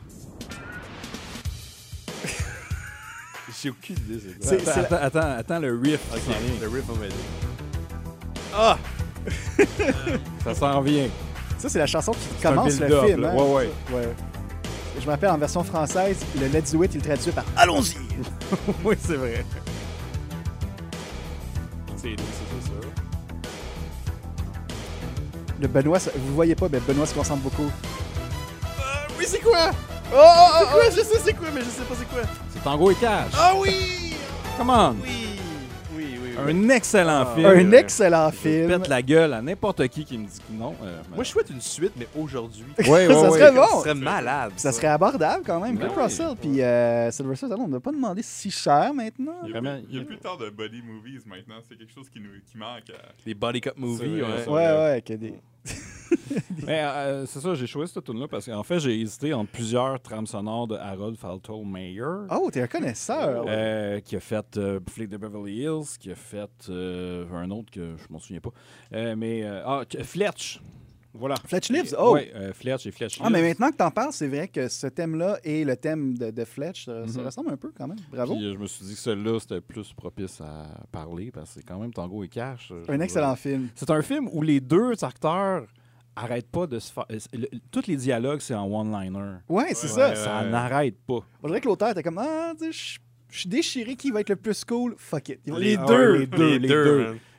J'ai aucune idée. C'est quoi. C'est- Attends, attends, attends, attends, le riff. Ok, s'en vient. le riff on va dire. Ah! Ça s'en vient. Ça, c'est la chanson qui C'est un commence le build-up, film. là. hein? Ouais, ouais. Ouais. Je me rappelle en version française, le Let's Do It, il le traduit par Allons-y! Oui, c'est vrai. C'est lui, c'est ça. Le Benoît, ça- vous le voyez pas, mais Benoît se concentre beaucoup. Oui, c'est quoi? Oh, oh, C'est quoi? Je sais c'est quoi, mais je sais pas c'est quoi. C'est Tango et Cash. Ah oui! Come on. Oui! Oui, oui, oui. Un excellent Ah. film. Un Euh, excellent Je film. pète la gueule à n'importe qui qui me dit que non. euh, Moi, je souhaite une suite, mais aujourd'hui. ouais, ouais, Ça ouais. serait bon. Ça serait malade. Ça serait abordable quand même. Ben Kurt oui. Russell puis euh, Sylvester Stallone, on ne pas demandé si cher maintenant. Il y a, Vraiment, plus, il y a il- plus tard de buddy movies maintenant. C'est quelque chose qui, nous, qui manque. À... Les body cup movies, C'est vrai, ouais. ça. Ouais, ouais, que des... Mais euh, c'est ça, j'ai choisi cette tune-là parce qu'en fait, j'ai hésité entre plusieurs trames sonores de Harold Falter Mayer. Oh, t'es un connaisseur. Euh, qui a fait euh, Flick de Beverly Hills, qui a fait euh, un autre que je m'en souviens pas. Euh, mais euh, ah, que- Fletch. Voilà. Fletch Lives, oh. Ouais, euh, Fletch et Fletch Ah, mais Lives. maintenant que t'en parles, c'est vrai que ce thème-là et le thème de, de Fletch, ça, ça Mhm. ressemble un peu quand même. Bravo. Puis, euh, je me suis dit que celui-là, c'était plus propice à parler parce que c'est quand même Tango et Cash. euh, je Un veux excellent dire. film. C'est un film où les deux acteurs arrêtent pas de se faire. euh, le- Tous les dialogues, c'est en one-liner. Ouais, c'est Ouais, ça. ouais, Ça ouais. n'arrête pas. On dirait que l'auteur était comme, ah, tu sais, je je suis déchiré qui va être le plus cool. Fuck it. Les Les Ah deux. ouais, les deux, les deux. man.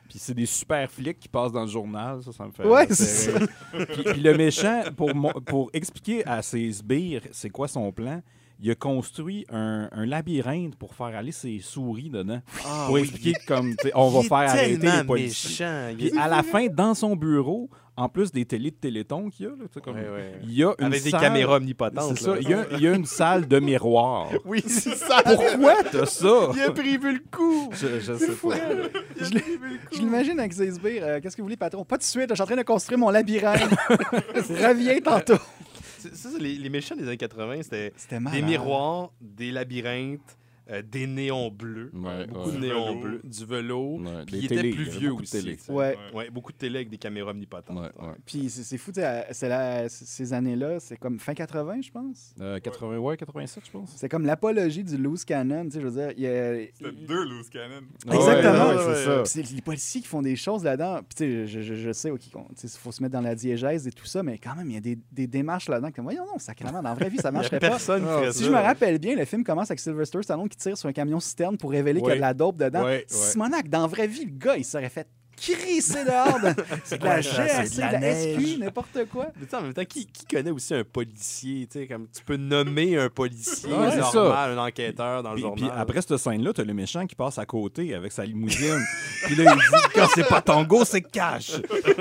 Puis c'est des super flics qui passent dans le journal, ça, ça me fait... Ouais, ça c'est fait rire. Puis, puis le méchant, pour, mo- pour expliquer à ses sbires c'est quoi son plan, il a construit un, un labyrinthe pour faire aller ses souris dedans. Ah, pour oui, expliquer il- comme, tu sais, on va il est faire arrêter tellement les policiers. méchant. Il Puis est- à la fin, dans son bureau, en plus des télés de Téléthon qu'il y a, là, tu sais, comme, Ouais, ouais. il y a une Avec des salle- caméras omnipotentes. C'est ça, là. il y, a, il y a une salle de miroir. Oui, c'est ça. Pourquoi t'as ça? Il a prévu le coup. Je, je sais pas. Je l'ai- je l'imagine avec ses sbires. euh, Qu'est-ce que vous voulez, patron? Pas de suite, je suis en train de construire mon labyrinthe. Reviens tantôt. C'est ça, les, les méchants des années quatre-vingts, c'était C'était malade. des miroirs, des labyrinthes, euh, des néons bleus, Ouais, beaucoup ouais. de néons Du velours. bleus, du velours. Ouais, Puis des il était télés, plus il y avait vieux beaucoup de aussi. télé. tu sais. Ouais. Ouais, beaucoup de télé avec des caméras omnipotentes. Ouais, ouais. Puis c'est c'est fou, tu sais, c'est la- ces années-là, c'est comme fin quatre-vingts, je pense. Euh, quatre-vingts, ouais, quatre-vingt-sept, je pense. C'est comme l'apologie du loose cannon, tu sais, je veux dire. Il y a, C'était deux loose cannon. Exactement. Ouais, ouais, c'est ça. Puis c'est les policiers qui font des choses là-dedans. Puis, tu sais, je, je, je sais, OK, il faut se mettre dans la diégèse et tout ça, mais quand même, il y a des, des démarches là-dedans. Comme, voyons, non, sacrément, dans la vraie vie, ça Il y a marcherait pas. personne qui Ah, ferait Si ça. je me rappelle bien, le film commence avec Sylvester Stallone qui tire sur un camion citerne pour révéler qu'il y a de la dope dedans. Ouais, ouais. Simonac, dans la vraie vie, le gars, il serait fait crisser dehors. C'est de la Ouais, G ça, A c'est C, de la de la S Q, neige. n'importe quoi. Mais tu sais, en même temps, qui, qui connaît aussi un policier? Tu sais, comme tu peux nommer un policier Ouais, c'est normal, un enquêteur dans le Puis, journal. puis après cette scène-là, t'as le méchant qui passe à côté avec sa limousine. Puis là, il dit quand c'est pas ton go, c'est cash.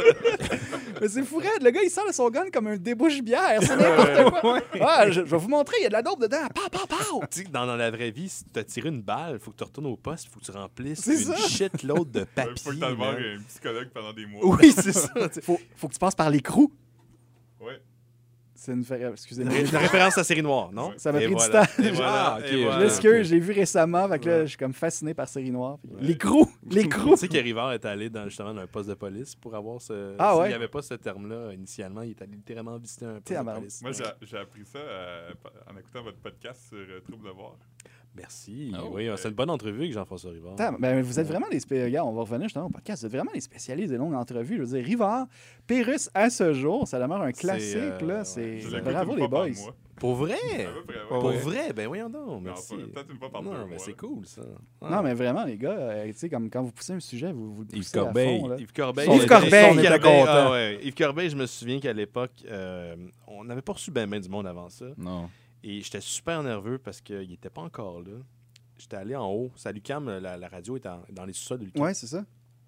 Mais c'est fou raide, le gars, il sort de son gun comme un débouche-bière. C'est n'importe quoi. Ah, je, je vais vous montrer, il y a de la dope dedans. Pow, pow, pow. Tu sais, dans, dans la vraie vie, si tu as tiré une balle, il faut que tu retournes au poste, il faut que tu remplisses C'est une ça. shitload de Il papier. faut que t'ailles voir man. un psychologue pendant des mois. Oui, c'est ça. tu sais. Faut, faut que tu passes par l'écrou. Ouais. C'est une... fait- Excusez-moi. Une référence à la série noire, non? Ça m'a Et pris du voilà. temps. Et voilà. Ah, ok, Et je Je voilà. m'excuse, je l'ai vu récemment, fait que là, Ouais. je suis comme fasciné par série noire. Puis Ouais. L'écrou! Tu L'écrou! sais que Rivard est allé dans, justement dans un poste de police pour avoir ce. Ah S'il ouais? n'y avait pas ce terme-là initialement, il est allé littéralement visiter un poste T'es de amarré. police. Moi, j'ai j'ai appris ça euh, en écoutant votre podcast sur euh, Trouble de voir. Merci. Ah oui, c'est une bonne entrevue avec Jean-François Rivard. Attends, ben, vous êtes vraiment des spécialistes. Regarde, on va revenir justement au podcast. Vous êtes vraiment des spécialistes des longues entrevues. Je veux dire, Rivard, Pérus à ce jour, ça demeure un classique. euh, là. ouais. C'est Je l'écoute bravo une les fois par boys. mois. Pour vrai? À peu près, ouais. Pour Ouais. vrai? Ben voyons donc, Non, merci. pas- peut-être une fois par deux Non, mois. mais c'est là. cool, ça. Ah. Non, mais vraiment, les gars, euh, tu sais, comme quand vous poussez un sujet, vous, vous le Yves poussez à Corbeil. fond. Là. Yves Corbeil. Yves Corbeil, Yves il était Corbeil, content. ah ouais. Yves Corbeil, je me souviens qu'à l'époque, euh, on n'avait pas reçu ben ben du monde avant ça. Non. Et j'étais super nerveux parce qu'il n'était pas encore là. J'étais allé en haut. Ça Lucam, la, la radio était en- dans les sous-sols de Lucam. Ouais, c'est ça.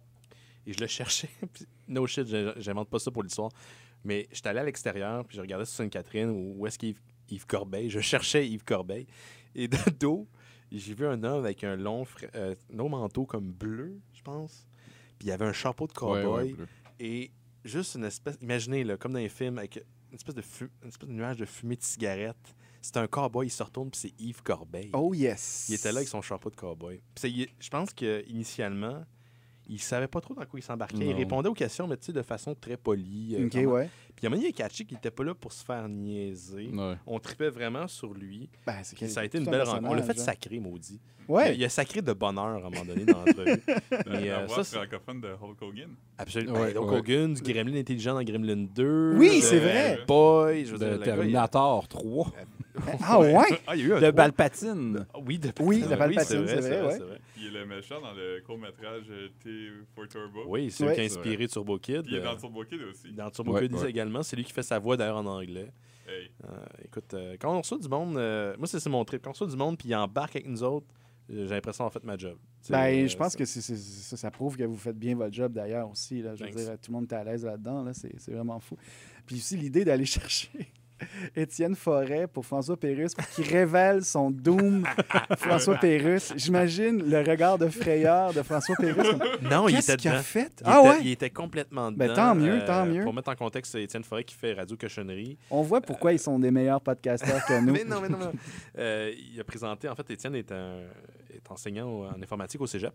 Et je le cherchais. Puis, no shit, j'ai- j'invente pas ça pour l'histoire. Mais j'étais allé à l'extérieur, puis je regardais sur Sainte-Catherine, où, où est-ce qu'Yves Yves Corbeil. Je cherchais Yves Corbeil. Et de dos, j'ai vu un homme avec un long, fr- euh, long manteau comme bleu, je pense. Puis il y avait un chapeau de Ouais, cowboy. ouais, bleu. Et juste une espèce... Imaginez, là, comme dans les films, avec une espèce de, fu- une espèce de nuage de fumée de cigarette. C'est un cowboy, il se retourne, puis c'est Yves Corbeil. Oh yes. Il était là avec son chapeau de cowboy. Puis c'est- il- je pense qu'initialement, il savait pas trop dans quoi il s'embarquait. Il Non. répondait aux questions, mais tu sais, de façon très polie. euh, Ok, comment- ouais. Puis à un moment donné, il a catché qu'il était pas là pour se faire niaiser. Ouais. On tripait vraiment sur lui. Ben, c'est Puis quel- ça a été une tout un belle rencontre. On l'a fait personnage, hein. sacrer, maudit. Il, a, Ouais. il a sacré de bonheur à un moment donné dans l'entrevue. Mais, La euh, voix ça, c'est- francophone de Hulk Hogan. absolument. Ouais, Ben, donc, ouais. Hogan, du Gremlin intelligent dans Gremlin deux. Oui, de c'est vrai. Boy, je veux De dire, le gars, il- Terminator trois. Ah ouais? Ah, il y a eu un De trois. Palpatine. Ah, Oui, de Oui, de c'est Palpatine, vrai, c'est vrai, ouais. c'est vrai. Puis il est le méchant dans le court-métrage euh, T for Turbo. Oui, c'est Ouais. lui qui a C'est inspiré Turbo Kid. Puis il est euh, dans Turbo Kid aussi. Dans Turbo Ouais, Kid ouais. également. C'est lui qui fait sa voix d'ailleurs en anglais. Hey. Euh, écoute, euh, quand on reçoit du monde, euh, moi c'est c'est mon trip. Quand on reçoit du monde puis il embarque avec nous autres, euh, j'ai l'impression d'avoir fait ma job. Tu sais, Ben, euh, je pense ça- que c'est, c'est- ça, ça prouve que vous faites bien votre job d'ailleurs aussi. Là. Je veux Thanks. dire, tout le monde est à l'aise là-dedans. Là. C'est, c'est vraiment fou. Puis aussi l'idée d'aller chercher Étienne Forêt pour François Pérusse pour qu'il révèle son doom François Pérusse. J'imagine le regard de frayeur de François Pérusse. comme, Non, il Qu'est-ce était qu'il a dedans. fait? Il, Ah était, ouais? il était complètement dedans. Ben, tant mieux, tant mieux. Pour mettre en contexte, c'est Étienne Forêt qui fait Radio Cochonnerie. On voit pourquoi ils sont des meilleurs podcasteurs que nous. Mais non, mais non, mais non. Euh, il a présenté, en fait, Étienne est, un, est enseignant au- en informatique au cégep.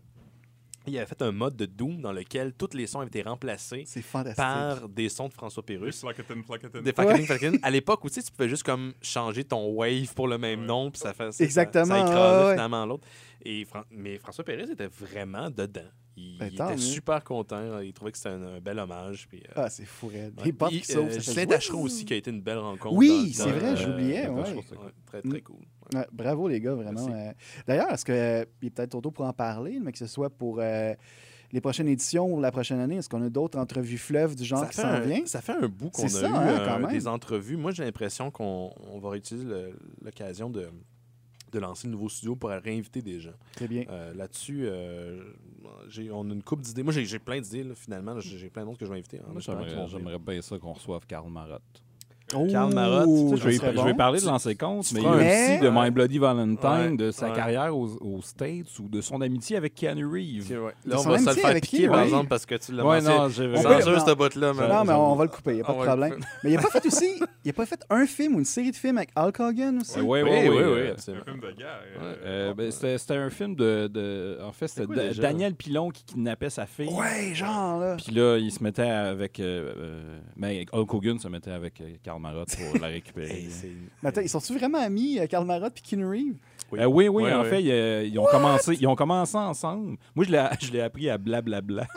Il avait fait un mode de Doom dans lequel tous les sons avaient été remplacés C'est fantastique. par des sons de François Pérusse. Flocketon, Flocketon. Des Flocketon, Flocketon. À l'époque aussi, tu pouvais juste comme changer ton wave pour le même Ouais. nom, puis ça fait ça, Exactement, ça, ça écrasait ouais, ouais. finalement l'autre. Et Fran- mais François Pérusse était vraiment dedans. Il, Ben, il tant était mieux. super content. Il trouvait que c'était un, un bel hommage. Puis, euh, Ah, c'est fou, raide. ouais. Des pops Puis, qui sauvent, euh, ça fait Ghislain jouer. Tachereau aussi, qui a été une belle rencontre. Oui, dans- c'est dans- vrai, euh, j'oubliais, Tachereau, ouais. c'est cool. Ouais, très, très Mm. cool. Ouais, bravo les gars, vraiment. Merci. Euh, D'ailleurs, est-ce que euh, il est peut-être trop tôt pour en parler, mais que ce soit pour euh, les prochaines éditions ou la prochaine année? Est-ce qu'on a d'autres entrevues fleuves du genre Ça qui fait s'en un- vient? Ça fait un bout qu'on a C'est ça, eu hein, euh, quand même. des entrevues. Moi, j'ai l'impression qu'on on va réutiliser le- l'occasion de, de lancer le nouveau studio pour réinviter des gens. Très bien. Euh, Là-dessus, euh, j'ai- on a une couple d'idées. Moi, j'ai j'ai plein d'idées, là, finalement. J'ai j'ai plein d'autres que je vais inviter. en Moi, espérant qu'ils j'aimerais, vont venir. j'aimerais bien ça qu'on reçoive Karl Marotte. Karl Marotte, Oh, ça Je vais, serait je vais bon. parler de Tu- l'ancien compte, tu mais il y feras a un- aussi de Ouais. My Bloody Valentine, Ouais, de sa ouais. carrière aux, aux States ou de son amitié avec Keanu Reeves. Ok, ouais. De Là, on son va se le amitié faire avec piquer, qui, par ouais. exemple, parce que tu l'as Ouais, mentionné. non, j'ai On peut- Censure non. ce bout-là. mais- Non, mais on va le couper, il n'y a pas On de va le problème. Mais il n'a pas fait aussi, il a pas fait un film ou une série de films avec Hulk Hogan aussi? Oui, oui, Oui, oui. oui, oui, euh, Un absolument. film de guerre. Ouais. euh, ben, c'était, c'était un film de, de- En fait, c'était quoi Da- déjà? Daniel Pilon qui kidnappait sa fille. Ouais, genre, là. Puis là, il se mettait avec. euh, euh, mais Hulk Hogan se mettait avec euh, Karl Marotte pour la récupérer. Hey, c'est- Mais attends, ils sont-tu vraiment amis, euh, Karl Marotte et Keanu Reeves? Oui. Euh, oui, oui, Ouais, en ouais. fait, ils, euh, ils ont commencé, ils ont commencé ensemble. Moi, je l'ai, je l'ai appris à blablabla.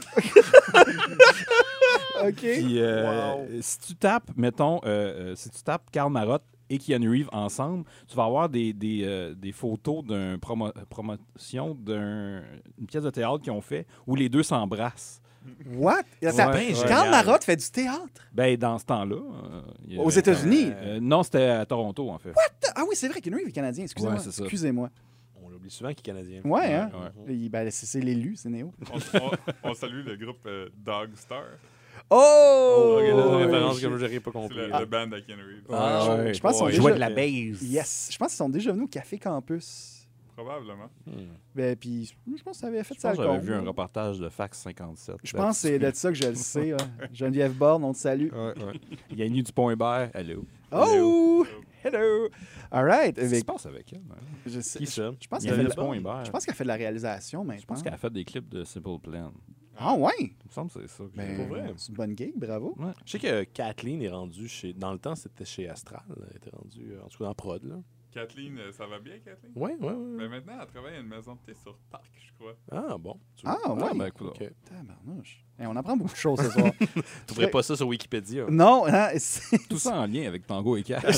OK. Puis, euh, Wow. si tu tapes, mettons, euh, euh, si tu tapes Karl Marotte et Keanu Reeves ensemble, tu vas avoir des, des, euh, des photos d'une promo- promotion d'une pièce de théâtre qu'ils ont fait où les deux s'embrassent. What? Attends, Ouais, ouais. Karl Marotte fait du théâtre? Ben, dans ce temps-là. euh, il y Aux avait- États-Unis? Euh, non, c'était à Toronto, en fait. Ah oui, c'est vrai, Keanu Reeves est canadien. Excusez-moi. Ouais, c'est ça. Excusez-moi. On l'oublie souvent qu'il est canadien. Ouais, hein? Ouais. Il- ben, c'est c'est l'élu, c'est Néo. On, on- on salue le groupe euh, Dog Star. Oh! Ok, là, Ouais, la référence shit. que j'aurais pas C'est compris. le, là. le band à Keanu Reeves. Ah, ouais, je pense qu'ils sont ouais. déjà- Jouait de la base. Yes. Je pense qu'ils sont déjà venus au Café Campus. Probablement. Hmm. Ben, puis je pense que ça avait fait Je ça pense le que j'avais compte, vu un là. reportage de Fax cinquante-sept. Je pense que c'est de ça que je le sais. là. Geneviève Borne, on te salue. Ouais, ouais. Yanni Dupont-Hébert, allô. Oh! Hello! All right. Qu'est-ce qui se Avec- passe avec elle? hein? Je, sais- Qui ça? je pense qu'elle fait, Yanni de la- Dupont-Hébert. je pense qu'elle fait de la réalisation maintenant. Je pense qu'elle a fait des clips de Simple Plan. Ah ouais? Il me semble que c'est ça. que j'ai- Ben, Pour vrai. c'est une bonne gig, bravo. Ouais. Je sais que Kathleen est rendue chez. Dans le temps, c'était chez Astral. Elle était rendue, euh, en tout cas, en prod. Là. Kathleen, euh, ça va bien, Kathleen? Ouais, ouais, ouais. Ben maintenant, elle travaille à une maison de thé sur Parc, je crois. Ah, bon. Tu Ah vois. ouais? ben, écoute, Ok. Tabarnouche. Hey, on apprend beaucoup de choses ce soir. Tu trouverais pas ça sur Wikipédia. Non, hein, c'est- Tout ça en lien avec Tango et Cash.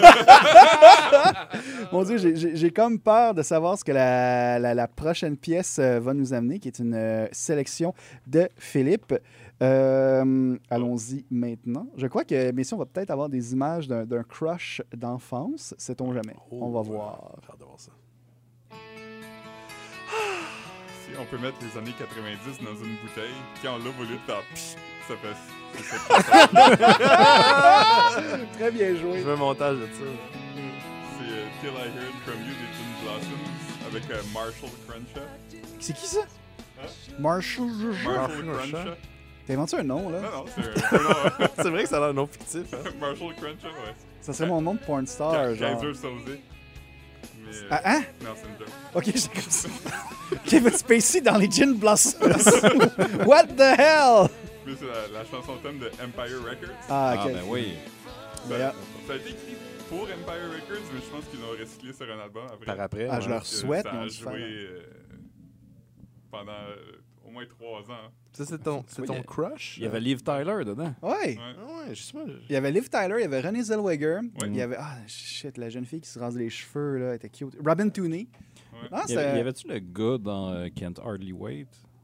Mon Dieu, j'ai- j'ai j'ai comme peur de savoir ce que la, la- la prochaine pièce euh, va nous amener, qui est une euh, sélection de Philippe. Euh, Allons-y maintenant. Je crois que, messieurs, on va peut-être avoir des images d'un d'un crush d'enfance. Sait-on jamais? Oh, on va ouais. voir. J'ai hâte de voir ça. Si on peut mettre les années quatre-vingt-dix dans une bouteille, quand on l'a voulu de faire pfff, ça fait. c'est ça que ça fait. Très bien Je joué. veux un montage de ça. C'est euh, Till I Heard From You des Gin Blossoms avec euh, Marshall Crenshaw. C'est qui ça? Hein? Marshall. Marshall Crenshaw? Crenshaw. T'as inventé un nom, là? Non, non, c'est un, un nom, C'est vrai que ça a l'air non fictif. Hein? euh, Marshall Crenshaw, ouais. Ça serait mon nom de porn star, genre. Kaiser Soze. Mais. euh, Ah, hein? Non, c'est une joke. Ok, j'ai comme ça. Kevin Spacey dans les Gin Blossoms. What the hell? Mais c'est la, la chanson thème de Empire Records. Ah, Ah, ok. ben oui. Ça, Mais, euh, ça a été écrit pour Empire Records, mais je pense qu'ils l'ont recyclé sur un album après. Par après. Ah, je ouais. leur Que souhaite, Ça mais on a le fait, joué hein. euh, pendant euh, au moins trois ans. Ça, c'est ton, c'est Oui, ton il y a- crush? Il y avait Liv Tyler dedans. Ouais. Ouais. Ah ouais, justement. je- Il y avait Liv Tyler, il y avait Renée Zellweger, Ouais. il y avait ah shit la jeune fille qui se rase les cheveux là, elle était cute. Robin Tooney. Ouais. Ah, Il y, avait, c'est y avait-tu le gars dans euh, Can't Hardly Wait?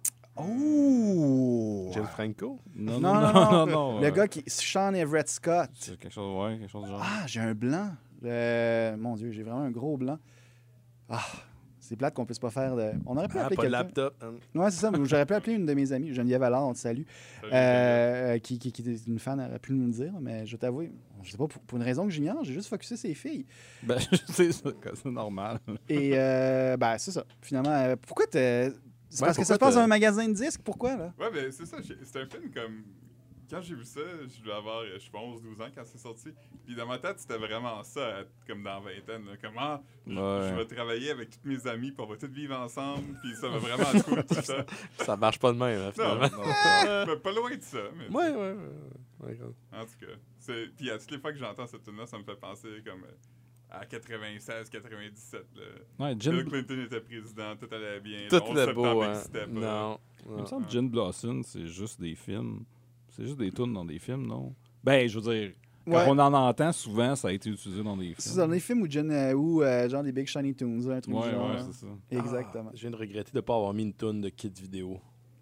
Oh. James Franco? Non, Non, non, non. non. Le euh, gars qui Sean Everett Scott. c'est quelque chose, ouais, quelque chose du genre. Ah, j'ai un blanc. Euh, mon dieu, j'ai vraiment un gros blanc. Ah, c'est plate qu'on puisse pas faire de on aurait pu Ah, appeler pas de quelqu'un. laptop. hein. Ouais, c'est ça, mais j'aurais pu appeler une de mes amies, Geneviève Allard, on te salue. Salut, Euh, qui, qui, qui est une fan, elle aurait pu nous le dire, mais je vais t'avouer, je sais pas, pour, pour une raison que j'ignore, j'ai juste focusé ses filles. Ben, c'est ça, c'est normal. Et, euh, ben, c'est ça. Finalement, euh, pourquoi t'es. C'est Ouais, parce que ça se pourquoi passe dans t'as- un magasin de disques, pourquoi, là? Ouais, ben c'est ça. j'ai- C'est un film comme. Quand j'ai vu ça, je devais avoir, euh, je sais pas, onze douze ans quand c'est sorti. Puis dans ma tête, c'était vraiment ça, être comme dans la vingtaine. Là. Comment je, Ouais. je vais travailler avec tous mes amis, puis on va tous vivre ensemble. Puis ça va vraiment cool, tout ça. Ça marche pas de même, hein, Non, finalement. non, mais pas loin de ça. Mais Ouais, ouais, ouais. ouais, grave. En tout cas. c'est- Puis à toutes les fois que j'entends cette tune là ça me fait penser comme euh, à quatre-vingt-seize quatre-vingt-dix-sept. Là. Ouais, Bill Gin, Clinton était président, tout allait bien. Tout le onze le septembre beau, hein. n'existait pas. Non. il me non. semble que Gin Blossom, c'est juste des films. C'est juste des tunes dans des films, non? Ben, je veux dire, quand Ouais. on en entend souvent, ça a été utilisé dans des films. C'est dans des films où, Jen, euh, où euh, genre des Big Shiny Tunes, un truc Ouais, du genre. ouais, là. c'est ça. Exactement. Ah, je viens de regretter de ne pas avoir mis une tonne de kit vidéo.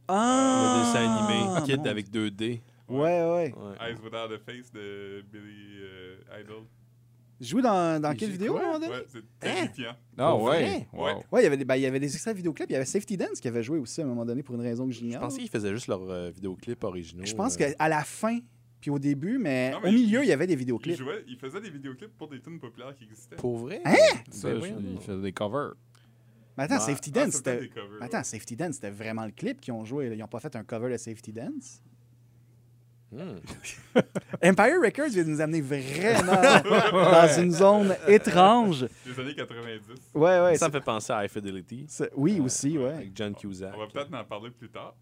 Ah! Le dessin animé, Kid mon avec deux D. Ouais, ouais. Ouais. Eyes Without a Face de Billy euh, Idol. Joué dans, dans Il quelle joue vidéo, quoi? à un moment donné? Ouais, c'est terrifiant. Ah Pour ouais. vrai? Wow. Ouais. Ouais, il y avait des, ben, il y avait des extraits vidéoclips. Il y avait Safety Dance qui avait joué aussi à un moment donné pour une raison que Je j'ignore. pensais qu'ils faisaient juste leurs euh, vidéoclips originaux. Je pense euh. qu'à la fin, puis au début, mais, Non, mais au milieu, il- il y avait des Il, vidéoclips. jouait, il faisait des vidéoclips pour des tunes populaires qui existaient. Pour vrai? Hein? Ça, Ben je- voyons il donc. faisait des covers. Mais attends, Ouais. Safety Ah, Dance, c'est peut-être c'était... des covers. Mais attends, Safety Dance, c'était vraiment le clip qu'ils ont joué. là. Ils n'ont pas fait un cover de Safety Dance. Hmm. Empire Records vient de nous amener vraiment dans une zone étrange. Les années quatre-vingt-dix. Ouais, ouais. Ça c'est- me fait penser à High Fidelity. c'est- Oui, aussi, ouais. Avec John Cusack. On va peut-être en parler plus tard.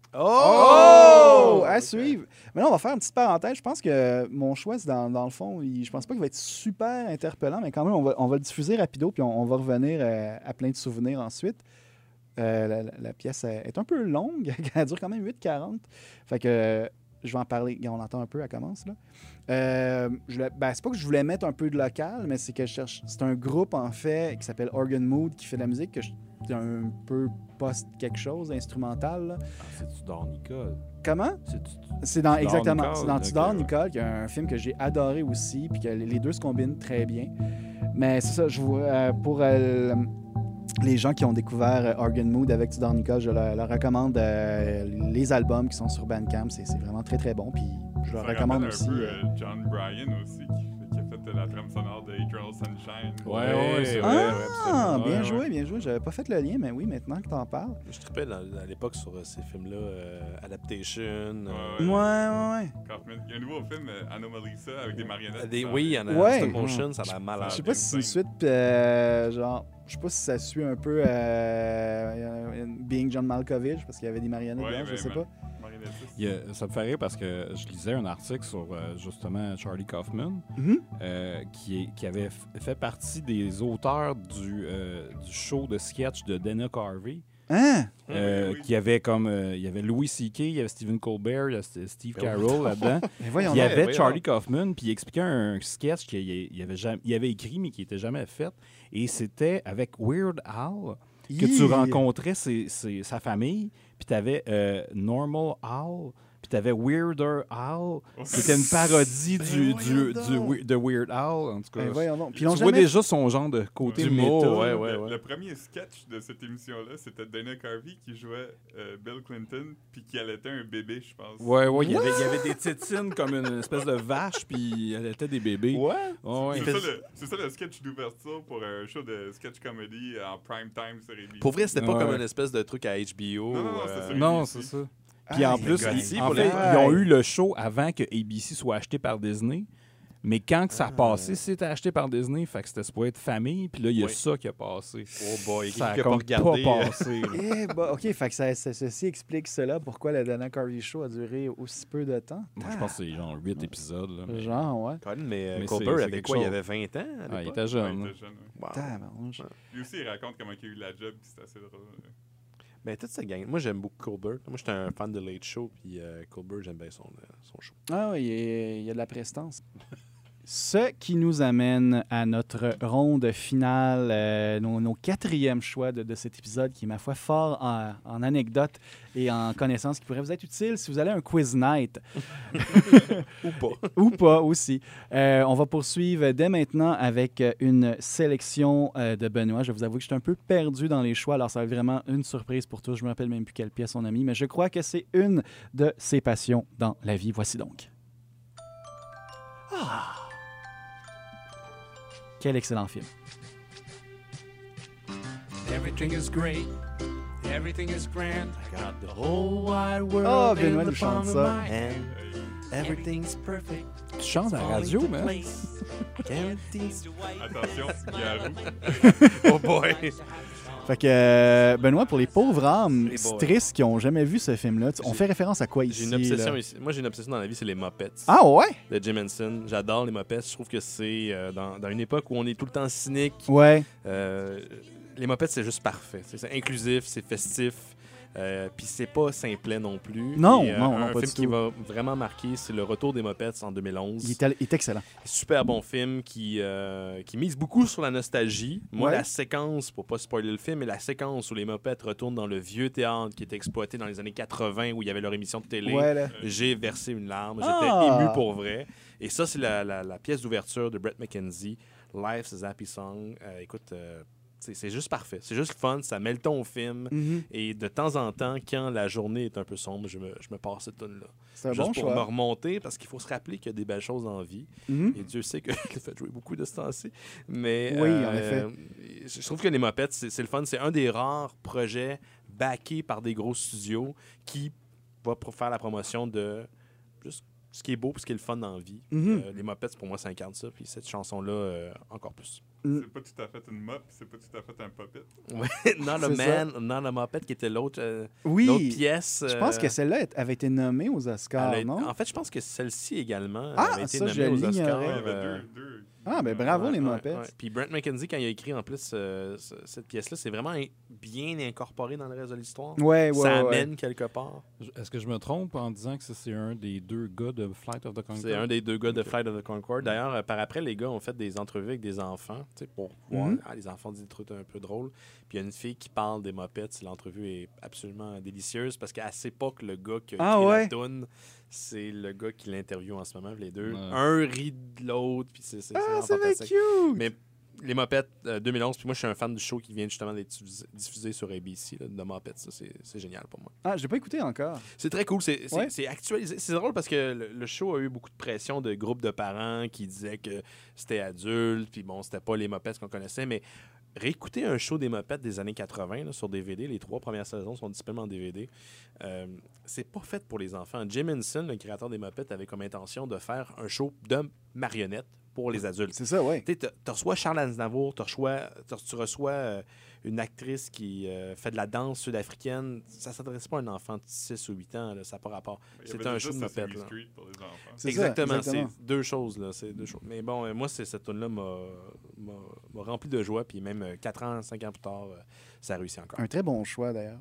Oh! À Ok. suivre. Mais là, on va faire une petite parenthèse. Je pense que mon choix, c'est dans, dans le fond, il- je pense pas qu'il va être super interpellant, mais quand même, on va, on va le diffuser rapido, puis on, on va revenir euh, à plein de souvenirs ensuite. Euh, la, la- la pièce euh, est un peu longue. Elle dure quand même huit quarante. Fait que euh, je vais en parler. On l'entend un peu, elle commence, là. Euh, je voulais- ben, c'est pas que je voulais mettre un peu de local, mais c'est que je cherche. C'est un groupe, en fait, qui s'appelle Organ Mood, qui fait de la musique que je c'est un peu post quelque chose, instrumental. là. Ah, c'est-tu dans Nicole? Comment? C'est-tu... C'est dans, Tudor, exactement. Nicole, C'est dans ok, Tudor, ouais. Nicole, qui est un film que j'ai adoré aussi, puis que les les deux se combinent très bien. Mais c'est ça, je vous, euh, pour euh, les gens qui ont découvert euh, Organ Mood avec Tudor Nicole, je leur, leur recommande euh, les albums qui sont sur Bandcamp. C'est c'est vraiment très, très bon. Puis je leur Ça recommande rappelle aussi. un peu euh, euh, John Bryan aussi, qui, fait- qui a fait la trame sonore de Eternal Sunshine. Ouais, ouais, c'est Ah, vrai, ouais, absolument. bien Ouais, joué, ouais. bien joué. J'avais pas fait le lien, mais oui, maintenant que t'en parles. Je trippais dans- à l'époque sur euh, ces films-là, euh, Adaptation. euh, Ouais, Ouais, ouais. ouais, ouais. Kaufman. Il y a un nouveau film, euh, Anomalisa, avec des marionnettes. des- Ça- oui, il y en a Ouais. stop motion, ça a l'air malade. Je sais pas si c'est une suite, euh, genre, je sais pas si ça suit un peu euh, Being John Malkovich, parce qu'il y avait des marionnettes Ouais, dedans, je ouais, sais man. pas. marionnettiste. Il y a- ça me fait rire parce que je lisais un article sur euh, justement Charlie Kaufman Mhm. euh, qui, est- qui avait f- fait partie des auteurs du, euh, du show de sketch de Dana Carvey. Hein? Euh, Oui, oui. qui avait comme euh, il y avait Louis C K, il y avait Stephen Colbert, il y avait Steve Carell là-dedans. Mais voyons Il y donc. avait voyons. Charlie Kaufman, puis il expliquait un sketch qu'il il avait, jamais, il avait écrit, mais qui n'était jamais fait. Et c'était avec Weird Al que tu Hi. rencontrais ses- ses- sa famille, puis tu avais Normal Al, puis tu avais Weirder Al, qui était une parodie Ben du, voyons du, donc. du Wei- de Weird Al. En tout cas, Ben voyons donc. Puis ils tu l'ont vois jamais... déjà son genre de côté Du méta. mot, ouais, Le- ouais, le, ouais. le premier sketch de cette émission-là, c'était Dana Carvey qui jouait euh, Bill Clinton, puis qui allaitait un bébé, je pense. Ouais, ouais, il y avait, il y avait des tétines comme une espèce de vache, puis elle était des bébés. Ouais. Ouais, ouais. C'est ça, le- c'est ça le sketch d'ouverture pour un show de sketch comedy en prime time sur A B C. Pour vrai, c'était pas Ouais. comme une espèce de truc à H B O. Non, non, non, euh, c'est ça. Non, A B c'est C. ça. Puis Ah, en il plus, est ils, ici en pour fait, les- ils ont eu le show avant que A B C soit acheté par Disney. Mais quand que ça a Ah. passé, c'était acheté par Disney, fait que c'était supposé être famille, puis là, il y a Oui. ça qui a passé. Oh boy, Ça a qui a pas comme regardé. pas euh, passé. là. Eh, bah, OK, fait que ça, ça- ceci explique cela, pourquoi le Dana Carvey Show a duré aussi peu de temps. Moi, je pense que c'est genre huit épisodes. Là, mais- Genre, ouais. Colin, mais, euh, Mais Colbert c'est- c'est avait quelque quoi? Il chose. avait vingt ans à Ah, il l'époque? était Ouais, jeune. il là. était jeune, ouais. Wow. Tabarnouche. Lui aussi, il raconte comment il a eu la job, puis c'est assez drôle. Ben, toute cette gang. Moi, j'aime beaucoup Colbert. Moi, j'étais un fan de Late Show, puis euh, Colbert, j'aime bien son, euh, son show. Ah oui, il y a- il y a de la prestance. Ce qui nous amène à notre ronde finale, euh, nos, nos quatrièmes choix de, de cet épisode, qui est, ma foi, fort en, en anecdotes et en connaissances qui pourraient vous être utiles si vous allez à un quiz night. Ou pas. Ou pas aussi. Euh, on va poursuivre dès maintenant avec euh, une sélection euh, de Benoît. Je vais vous avouer que je suis un peu perdu dans les choix, alors ça va être vraiment une surprise pour tous. Je ne me rappelle même plus quelle pièce on a mis, mais je crois que c'est une de ses passions dans la vie. Voici donc. Ah! Quel excellent film. Everything is great. Everything is grand. I got the whole wide world Oh, in Benoît the nous chante palm of ça. my hand. Everything's perfect. Tu chantes à la radio, Falling into man. place. Guarantees to white. Attention, Garou. Oh boy! Fait que, euh, Benoît, pour les pauvres âmes Les boys. tristes qui n'ont jamais vu ce film-là, tu- on J'ai- fait référence à quoi ici? J'ai une obsession là? ici. Moi, j'ai une obsession dans la vie, c'est les Muppets. Ah ouais? De Jim Henson. J'adore les Muppets. Je trouve que c'est euh, dans, dans une époque où on est tout le temps cynique. Ouais. Euh, les Muppets, c'est juste parfait. C'est c'est inclusif, c'est festif. Euh, Puis c'est pas simplet non plus. Non, Et, euh, non, non, un pas film du qui tout. va vraiment marquer, c'est Le Retour des Muppets en deux mille onze. Il est, il est excellent. Super bon film qui, euh, qui mise beaucoup sur la nostalgie. Moi, Ouais. la séquence, pour pas spoiler le film, mais la séquence où les Muppets retournent dans le vieux théâtre qui était exploité dans les années quatre-vints, où il y avait leur émission de télé, Ouais, là. j'ai versé une larme. J'étais Ah! ému pour vrai. Et ça, c'est la, la- la pièce d'ouverture de Brett McKenzie, Life's a Happy Song. Euh, écoute, euh, c'est c'est juste parfait. C'est juste fun, ça met le ton au film. Mhm. Et de temps en temps, quand la journée est un peu sombre, je me, je me passe cette tune là C'est un Juste bon pour me choix. remonter, parce qu'il faut se rappeler qu'il y a des belles choses en vie. Mhm. Et Dieu sait que je l'ai fait jouer beaucoup de ce temps-ci. Mais Oui, euh, en effet. je trouve que les Muppets, c'est c'est le fun. C'est un des rares projets backés par des gros studios qui va pour faire la promotion de juste ce qui est beau et ce qui est le fun dans la vie. Mhm. Euh, les Muppets, pour moi, ça incarne ça. Puis cette chanson-là, euh, encore plus. C'est pas tout à fait une mop, c'est pas tout à fait un puppet. Ouais, Not a C'est Man, Not a Muppet, qui était l'autre euh, Oui. l'autre pièce. Je pense euh, que celle-là avait été nommée aux Oscars, elle a- non? En fait, je pense que celle-ci également Ah, avait été ça, nommée je aux l'ignorais. Oscars. Il y avait euh, deux, deux. Ah, ben bravo, Ouais, les ouais, Muppets. ouais. Puis Brent McKenzie, quand il a écrit en plus euh, ce- cette pièce-là, c'est vraiment in- bien incorporé dans le reste de l'histoire. Ouais, ouais, ça ouais. amène quelque part. Est-ce que je me trompe en disant que ça, c'est un des deux gars de Flight of the Conchords? C'est un des deux gars de Flight of the Conchords. D'ailleurs, euh, par après, les gars ont fait des entrevues avec des enfants, tu sais, pour voir. Mhm. Ah, les enfants disent des trucs un peu drôles. Puis il y a une fille qui parle des Muppets. L'entrevue est absolument délicieuse parce qu'elle ne sait pas que le gars qui a Ah, écrit ouais? la toune, c'est le gars qui l'interviewe en ce moment. Les deux. Ouais. Un rit de l'autre. Puis c'est c'est Ah, vraiment c'est bien fantastique. cute! Mais les Muppets euh, deux mille onze, puis moi je suis un fan du show qui vient justement d'être diffusé, diffusé sur A B C, là, de Muppets. Ça, c'est c'est génial pour moi. Ah, je l'ai pas écouté encore. C'est très cool. C'est c'est- Ouais. c'est actualisé. C'est drôle parce que le, le show a eu beaucoup de pression de groupes de parents qui disaient que c'était adulte, puis bon, c'était pas les Muppets qu'on connaissait, mais réécouter un show des Muppets des années quatre-vingts là, sur D V D, les trois premières saisons sont disponibles en D V D. Euh, c'est pas fait pour les enfants. Jim Henson, le créateur des Muppets, avait comme intention de faire un show de marionnettes pour les adultes. C'est ça, ouais. Tu sais, tu reçois Charles Aznavour, tu reçois, t'as- tu reçois euh, une actrice qui euh, fait de la danse sud-africaine. Ça ne s'adresse pas à un enfant de six ou huit ans, là, ça n'a pas rapport. Il y C'est avait un déjà show de Sesame Muppet. là. Street pour les enfants. C'est ça, Exactement, exactement. c'est deux choses. Là, c'est deux choses. Mais bon, euh, moi, c'est, cette tune là m'a, m'a, m'a rempli de joie. Puis même euh, quatre ans, cinq ans plus tard, euh, ça a réussi encore. Un très bon choix, d'ailleurs.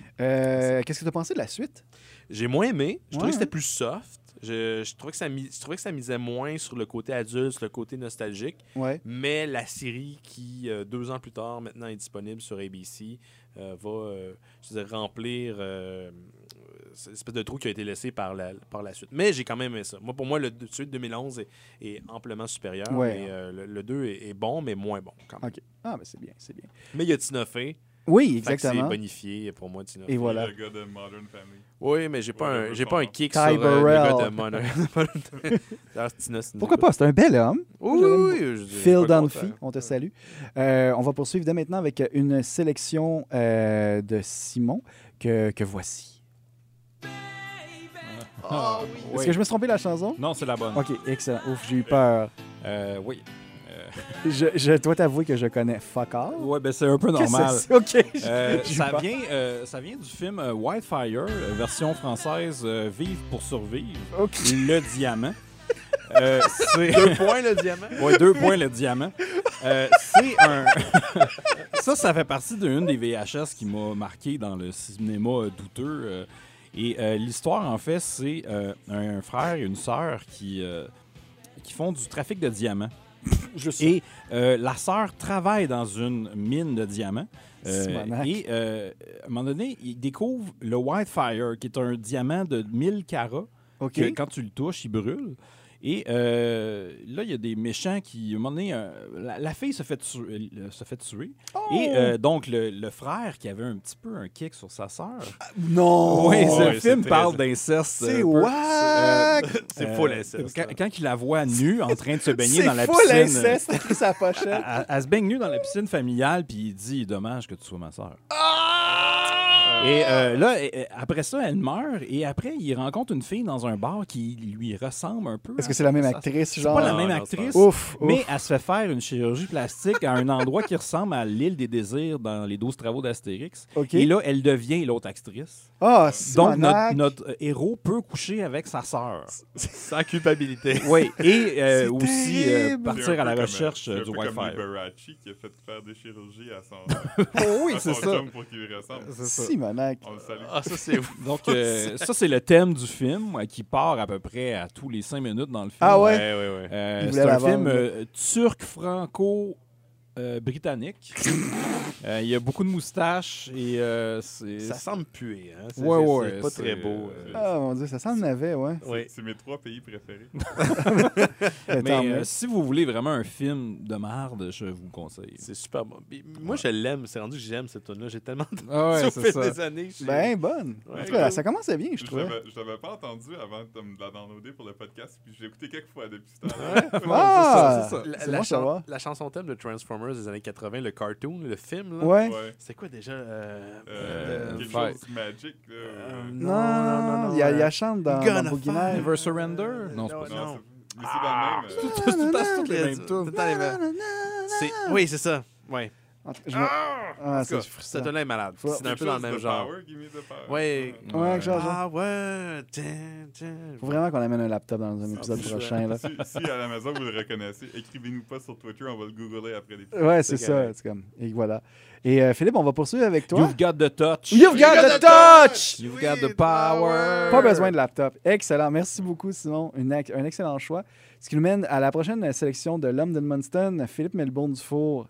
Euh, Qu'est-ce que tu as pensé de la suite? J'ai moins aimé. Je trouvais Ouais, que c'était hein? plus soft. Je, je, trouvais que ça mis- je trouvais que ça misait moins sur le côté adulte, sur le côté nostalgique. Ouais. Mais la série qui, euh, deux ans plus tard, maintenant est disponible sur A B C, euh, va euh, je veux dire, remplir euh, cette espèce de trou qui a été laissé par la, par la suite. Mais j'ai quand même aimé ça. Moi, pour moi, le celui de deux mille onze est, est amplement supérieur. Ouais. Mais, euh, le, le deux est, est bon, mais moins bon quand même. OK. Ah, ben c'est bien, c'est bien. Mais il y a Tina Fey. Oui, Fait que c'est exactement. bonifié pour moi, Tina Et Fey. voilà. Le gars de Modern Family. Oui, mais j'ai pas, Ouais, un, le j'ai pas un bon. kick Ty sur euh, le Burrell. gars de Modern. D'ailleurs, Tina, c'est une Pourquoi écoute. pas? C'est un bel homme. Oui, Je l'aime oui, oui, je dirais Phil pas le Dunphy, contraire. on te salue. Euh, on va poursuivre dès maintenant avec une sélection euh, de Simon que, que voici. Ah, Est-ce oui. que je me suis trompé la chanson? Non, c'est la bonne. OK, excellent. Ouf, j'ai eu peur. Euh, oui. Euh, Je, je dois t'avouer que je connais fuck all. ouais, ben c'est un peu Qu'est-ce que normal. c'est? OK. Euh, j'ai eu ça, peur. vient, euh, ça vient du film euh, Wildfire, euh, version française euh, Vive pour survivre, OK. Le Diamant. Euh, c'est... Deux points, le diamant. Ouais, deux points le diamant. Euh, c'est un. ça, ça fait partie d'une des V H S qui m'a marqué dans le cinéma euh, douteux. euh, et euh, l'histoire, en fait, c'est euh, un frère et une sœur qui, euh, qui font du trafic de diamants. Et euh, la sœur travaille dans une mine de diamants. Euh, Simonac. et euh, à un moment donné, il découvre le Wildfire, qui est un diamant de mille carats. OK. Que quand tu le touches, il brûle. Et euh, là, il y a des méchants qui, à un moment donné, euh, la, la fille se fait tuer. euh, se fait tuer. Oh! Et euh, donc, le, le frère qui avait un petit peu un kick sur sa sœur. Non! oui, ouais, ce c'est film très- parle d'inceste. C'est un peu. wack! C'est Euh, full inceste. Quand, là. quand il la voit nue, en train de se baigner C'est dans la full piscine. inceste avec sa pochette. Elle, elle- elle se baigne nue dans la piscine familiale, puis il dit dommage que tu sois ma sœur. Et euh, là, et- et après ça, elle meurt. Et après, il rencontre une fille dans un bar qui lui ressemble un peu. Est-ce que à c'est la même sa- actrice, C'est genre? pas la Non, même non, actrice. c'est pas- Ouf, Mais ouf. elle se fait faire une chirurgie plastique à un endroit qui ressemble à l'île des désirs dans les douze travaux d'Astérix. OK. Et là, elle devient l'autre actrice. Ah, Donc, notre, Simonac. notre euh, héros peut coucher avec sa sœur. Sans culpabilité. Oui, et euh, C'est aussi euh, terrible. partir C'est un à la peu recherche comme, euh, c'est du un peu comme Wi-Fi. Liberace qui a fait faire des chirurgies à son, Oh oui, à c'est son ça. chum pour qu'il lui ressemble. C'est ça. Simonac. Simonac. On le salue. Ah, ça, c'est ouf. Donc, euh, ça, c'est le thème du film euh, qui part à peu près à tous les cinq minutes dans le film. Ah ouais? Ouais, ouais, ouais. Euh, Il c'est voulait la un film vendre. euh, turc-franco-britannique. Euh, il y a beaucoup de moustaches et euh, c'est... Ça semble puer, hein? C'est, Ouais, c'est- ouais, c'est pas c'est- très beau. euh. Ah mon Dieu, ça s'en avait, ouais. C'est- Oui. C'est mes trois pays préférés. Tant Mais mieux. euh, si vous voulez vraiment un film de merde, je vous le conseille. C'est super bon. Puis moi, je l'aime. C'est rendu que j'aime cette tune-là. J'ai tellement de Ah ouais, au c'est fil ça. des années. j'ai- Ben, bonne. Ouais, En tout cas, ouais. ça commençait bien, je Je trouvais. l'avais je l'avais pas entendu avant de me la downloader pour le podcast, puis j'ai écouté quelques fois depuis ce temps-là. Ah! c'est ça, La, C'est la bon, chan- ça va. la chanson thème de Transformers des années quatre-vingt, le cartoon, le film, là. Ouais. Ouais. C'est quoi déjà? Euh, Euh, euh, quelque Fight. chose de magique. Là, Euh, euh, Non, non, non, non. Il y a, il y a chante dans, Gonna dans Boogeyman. Never Surrender? Non, c'est Non, pas ça. non, non. c'est- mais c'est dans le même. euh, Tout- tout- tout- toutes les mêmes Tout tunes. le temps les mêmes. C'est- Oui, c'est ça. Ouais. En tout cas, je me- Ah, En c'est tout cas, frustrant. cette tune-là est malade. Faut- C'est un quelque peu dans le chose même de genre. Power, Give me the power. Ouais. Ouais, quelque chose, Ah ouais. Tiens, tiens. Faut vraiment qu'on amène un laptop dans un épisode c'est prochain. Là. Si, si à la maison vous le reconnaissez, écrivez-nous pas sur Twitter, on va le googler après l'épisode. Ouais, c'est C'est ça. correct. C'est comme... Et voilà. Et euh, Philippe, on va poursuivre avec toi. You've got the touch. You've got the touch! You've got the power. Pas besoin de laptop. Excellent. Merci beaucoup, Simon. Une ex- un excellent choix. Ce qui nous mène à la prochaine sélection de l'homme de Munston, Philippe Melbourne-Dufour.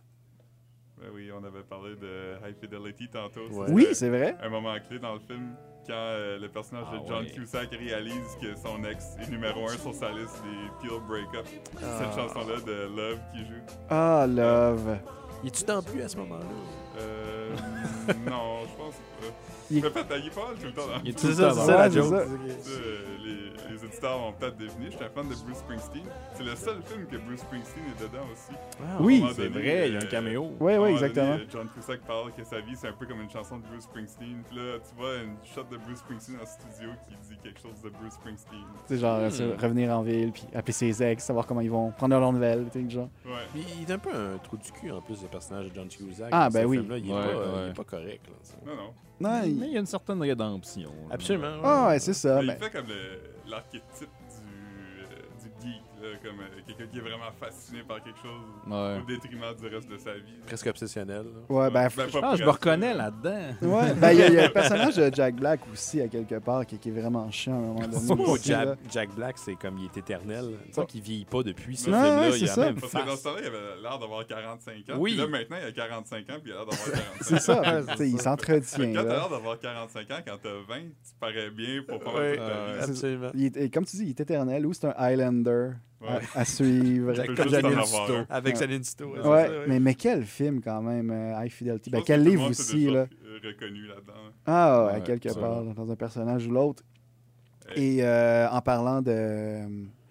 Ben oui, on avait parlé de High Fidelity tantôt. Ouais. C'était Oui, c'est vrai. un moment clé dans le film quand euh, le personnage Ah de John ouais. Cusack réalise que son ex est numéro un sur sa liste des Peel Breakup. C'est cette chanson-là de Love qui joue. Ah, love. Y es-tu dans plus à ce moment-là? Euh, non, je pense pas. Il- Mais peut-être, il parle tout le temps dans Il est tout C'est le ça, temps c'est dans- ça la Ouais, c'est joke. ça. Ça, euh, les, les auditeurs vont peut-être deviner. Je suis un fan de Bruce Springsteen. C'est le seul film que Bruce Springsteen est dedans aussi. Oui. À un moment C'est donné, vrai, il y a un euh, caméo. Oui, à un oui, moment exactement. donné, John Cusack parle que sa vie, c'est un peu comme une chanson de Bruce Springsteen. Puis là, tu vois une shot de Bruce Springsteen en studio qui dit quelque chose de Bruce Springsteen. C'est genre euh, c'est revenir en ville, puis appeler ses ex, savoir comment ils vont, prendre leurs nouvelles, tu sais, genre. Ouais. Mais il est un peu un trou du cul en plus, le personnage de John Cusack. Ah, dans ben ce oui. film-là. Il est, Ouais, pas, euh, ouais. il est pas correct. Là, ça. Non, non. Non, Mais il- il y a une certaine rédemption. là. Absolument. ouais. Ah, ouais, c'est ça. Mais mais- il fait comme le- l'archétype du, euh, du geek, là, comme euh, quelqu'un qui est vraiment fasciné par quelque chose Ouais. au détriment du reste de sa vie. Presque obsessionnel. là. Ouais, ben, Ben, f- pas Ah, je me presque, reconnais là. là-dedans. ouais, ben, il y, a- il y a le personnage de Jack Black aussi, à quelque part, qui, qui est vraiment chiant à un moment donné. Moi, aussi, là. Jack, Jack Black, c'est comme il est éternel. Tu sais qu'il vieillit pas depuis ce Non, film-là. ouais, il c'est a ça. la même Parce que dans ce face. temps-là, il avait l'air d'avoir quarante-cinq ans. Oui. Puis là, maintenant, il a quarante-cinq ans, puis il a l'air d'avoir quarante-cinq ans. C'est ça, Ouais, tu sais, il Fait s'entretient. que Quand t'as là. l'air d'avoir quarante-cinq ans, quand t'as vingt, tu parais bien pour pas mal Ouais, toute ta euh, vie. absolument. Il est- et comme tu dis, il est éternel ou c'est un Highlander Ouais. à, à suivre. Tu peux Comme juste en Janine avoir Tito. un. Avec Ouais. Janine Tito. ouais, Ouais, c'est ça, ouais. mais, mais quel film quand même, euh, High Fidelity. Je Ben, pense quel que tout le livre monde s'est aussi, déjà, là. euh, reconnu là-dedans. Ah, ouais, Ouais, quelque ça. part, là, dans un personnage ou l'autre. Hey. Et euh, en parlant de...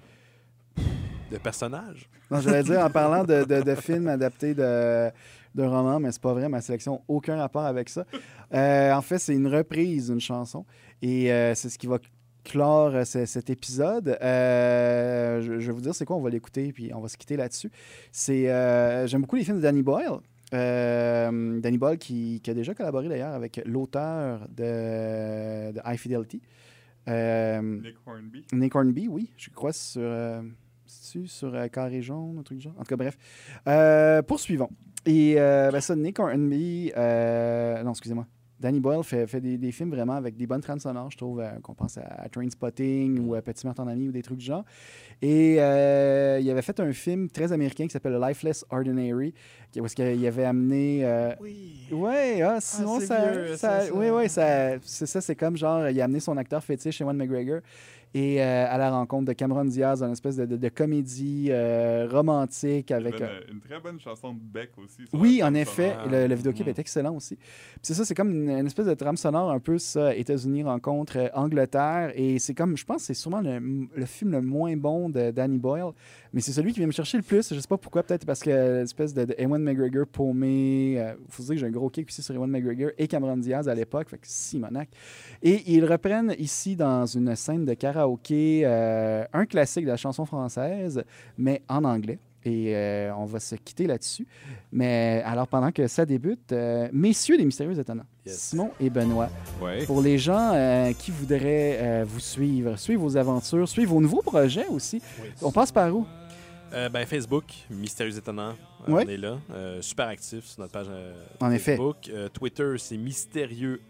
De personnage. Non, j'allais dire en parlant de, de, de films adaptés de, d'un roman, mais c'est pas vrai, ma sélection n'a aucun rapport avec ça. Euh, en fait, c'est une reprise d'une chanson et euh, c'est ce qui va clore euh, ce- cet épisode. Euh, je, je vais vous dire c'est quoi, on va l'écouter puis on va se quitter là-dessus. C'est, euh, j'aime beaucoup les films de Danny Boyle. Euh, Danny Boyle qui, qui a déjà collaboré d'ailleurs avec l'auteur de, de High Fidelity. Euh, Nick Hornby. Nick Hornby, oui, je crois sur, euh, c'est-tu sur euh, Carré jaune, un truc du genre. En tout cas, bref. Euh, poursuivons. Et euh, ben ça, Nick Hornby, euh, non, excusez-moi. Danny Boyle fait, fait des, des films vraiment avec des bonnes trames sonores, je trouve, euh, qu'on pense à, à Trainspotting ou à Petit Meurtre en ami ou des trucs du genre. Et euh, il avait fait un film très américain qui s'appelle Lifeless Ordinary, qui- où est-ce qu'il avait amené... euh, Oui. Ouais, ah, sinon c'est ça, vieux, ça- ça, ça. oui, oui, ça, c'est ça, c'est comme genre, il a amené son acteur fétiche, Ewan McGregor, et euh, à la rencontre de Cameron Diaz dans une espèce de, de- de comédie euh, romantique Il y avec. avait euh, une, une très bonne chanson de Beck aussi. sur oui, la en trame effet, sonore. le, le vidéoclip Mhm. est excellent aussi. Puis c'est ça, c'est comme une, une espèce de trame sonore un peu ça, États-Unis rencontre euh, Angleterre, et c'est comme, je pense, que c'est sûrement le, le film le moins bon de Danny Boyle, mais c'est celui qui vient me chercher le plus. Je sais pas pourquoi, peut-être parce que l'espèce de, de Ewan McGregor paumé. Euh, faut se dire que j'ai un gros kick aussi sur Ewan McGregor et Cameron Diaz à l'époque, fait que Simonac. Et ils reprennent ici dans une scène de karaoké euh, un classique de la chanson française, mais en anglais. Et euh, on va se quitter là-dessus. Mais alors, pendant que ça débute, euh, messieurs les mystérieux étonnants, Yes. Simon et Benoît, Ouais. pour les gens euh, qui voudraient euh, vous suivre, suivre vos aventures, suivre vos nouveaux projets aussi, on passe par où? Euh, ben, Facebook, Mystérieux Étonnant. Euh, Ouais. On est là. Euh, super actif sur notre page euh, En effet. Facebook. Euh, Twitter, c'est Mystérieux E.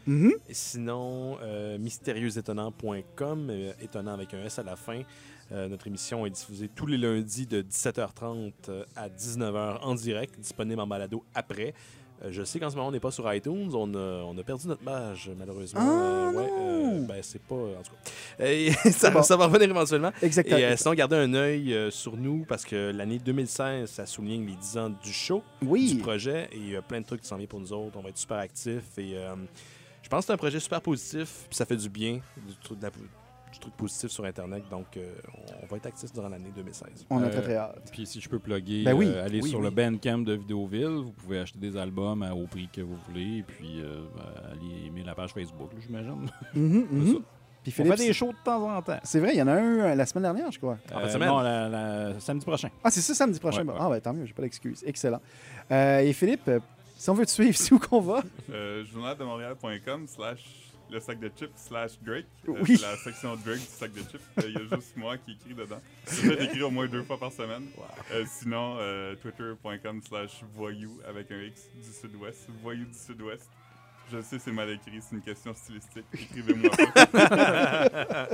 Mhm. Et sinon, euh, mystérieuxétonnant point com, euh, étonnant avec un S à la fin. Euh, notre émission est diffusée tous les lundis de dix-sept heures trente à dix-neuf heures en direct, disponible en balado après. Euh, je sais qu'en ce moment, on n'est pas sur iTunes. On a, on a perdu notre page, malheureusement. Ah, Euh, ouais, non! euh, ben, c'est pas... En tout cas, Et ça, bon. ça va revenir éventuellement. Exactement. Et euh, sinon, gardez un œil euh, sur nous parce que l'année deux mille seize, ça souligne les dix ans du show, du oui. projet. Et il y a plein de trucs qui s'en viennent pour nous autres. On va être super actifs. Et euh, je pense que c'est un projet super positif. Puis ça fait du bien, du, truc- de la- du truc positif sur Internet. Donc, euh, on va être actifs durant l'année deux mille seize. On a Euh, très, très hâte. Puis si je peux plugger, Ben oui. euh, allez Oui, sur oui. le Bandcamp de Vidéoville. Vous pouvez acheter des albums à- au prix que vous voulez. Et puis euh, allez aimer la page Facebook, là, j'imagine. Mhm, mhm. ça. Puis On Philippe, fait des shows de temps en temps. c'est vrai, il y en a un euh, la semaine dernière, je crois. En fin de Euh, semaine? Non, la, la- samedi prochain. Ah, c'est ça, samedi prochain. Ouais, Bon, ouais. Ah, ben tant mieux, j'ai pas d'excuse. Excellent. Euh, et Philippe, euh, si on veut te suivre, c'est où qu'on va? Euh, journal de Montréal point com slash le sac de chips slash Drake. Euh, Oui. C'est la section Drake du sac de chips. Euh, Il y a juste moi qui écris dedans. J'essaie d'écrire au moins deux fois par semaine. Euh, sinon, euh, twitter point com slash voyou avec un X du sud-ouest. Voyou du sud-ouest. Je sais, c'est mal écrit, c'est une question stylistique. Écrivez-moi pas.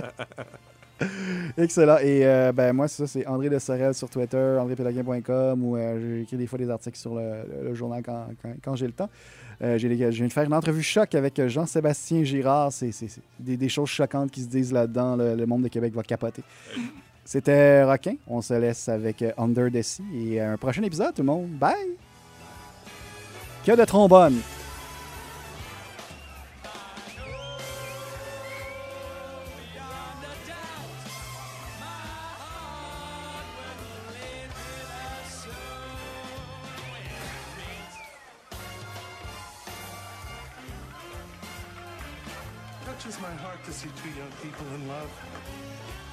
Excellent. Et euh, ben moi, c'est ça, c'est André de Sorel sur Twitter, andré péloquin point com, où euh, j'écris des fois des articles sur le, le- le journal quand, quand- quand j'ai le temps. Euh, j'ai les- je viens de faire une entrevue choc avec Jean-Sébastien Girard. C'est c'est- c'est des, des choses choquantes qui se disent là-dedans. Le, le monde de Québec va capoter. C'était Roquin. On se laisse avec euh, Under the Sea. Et euh, un prochain épisode, tout le monde. Bye! Que de trombone! Touches my heart to see two young people in love.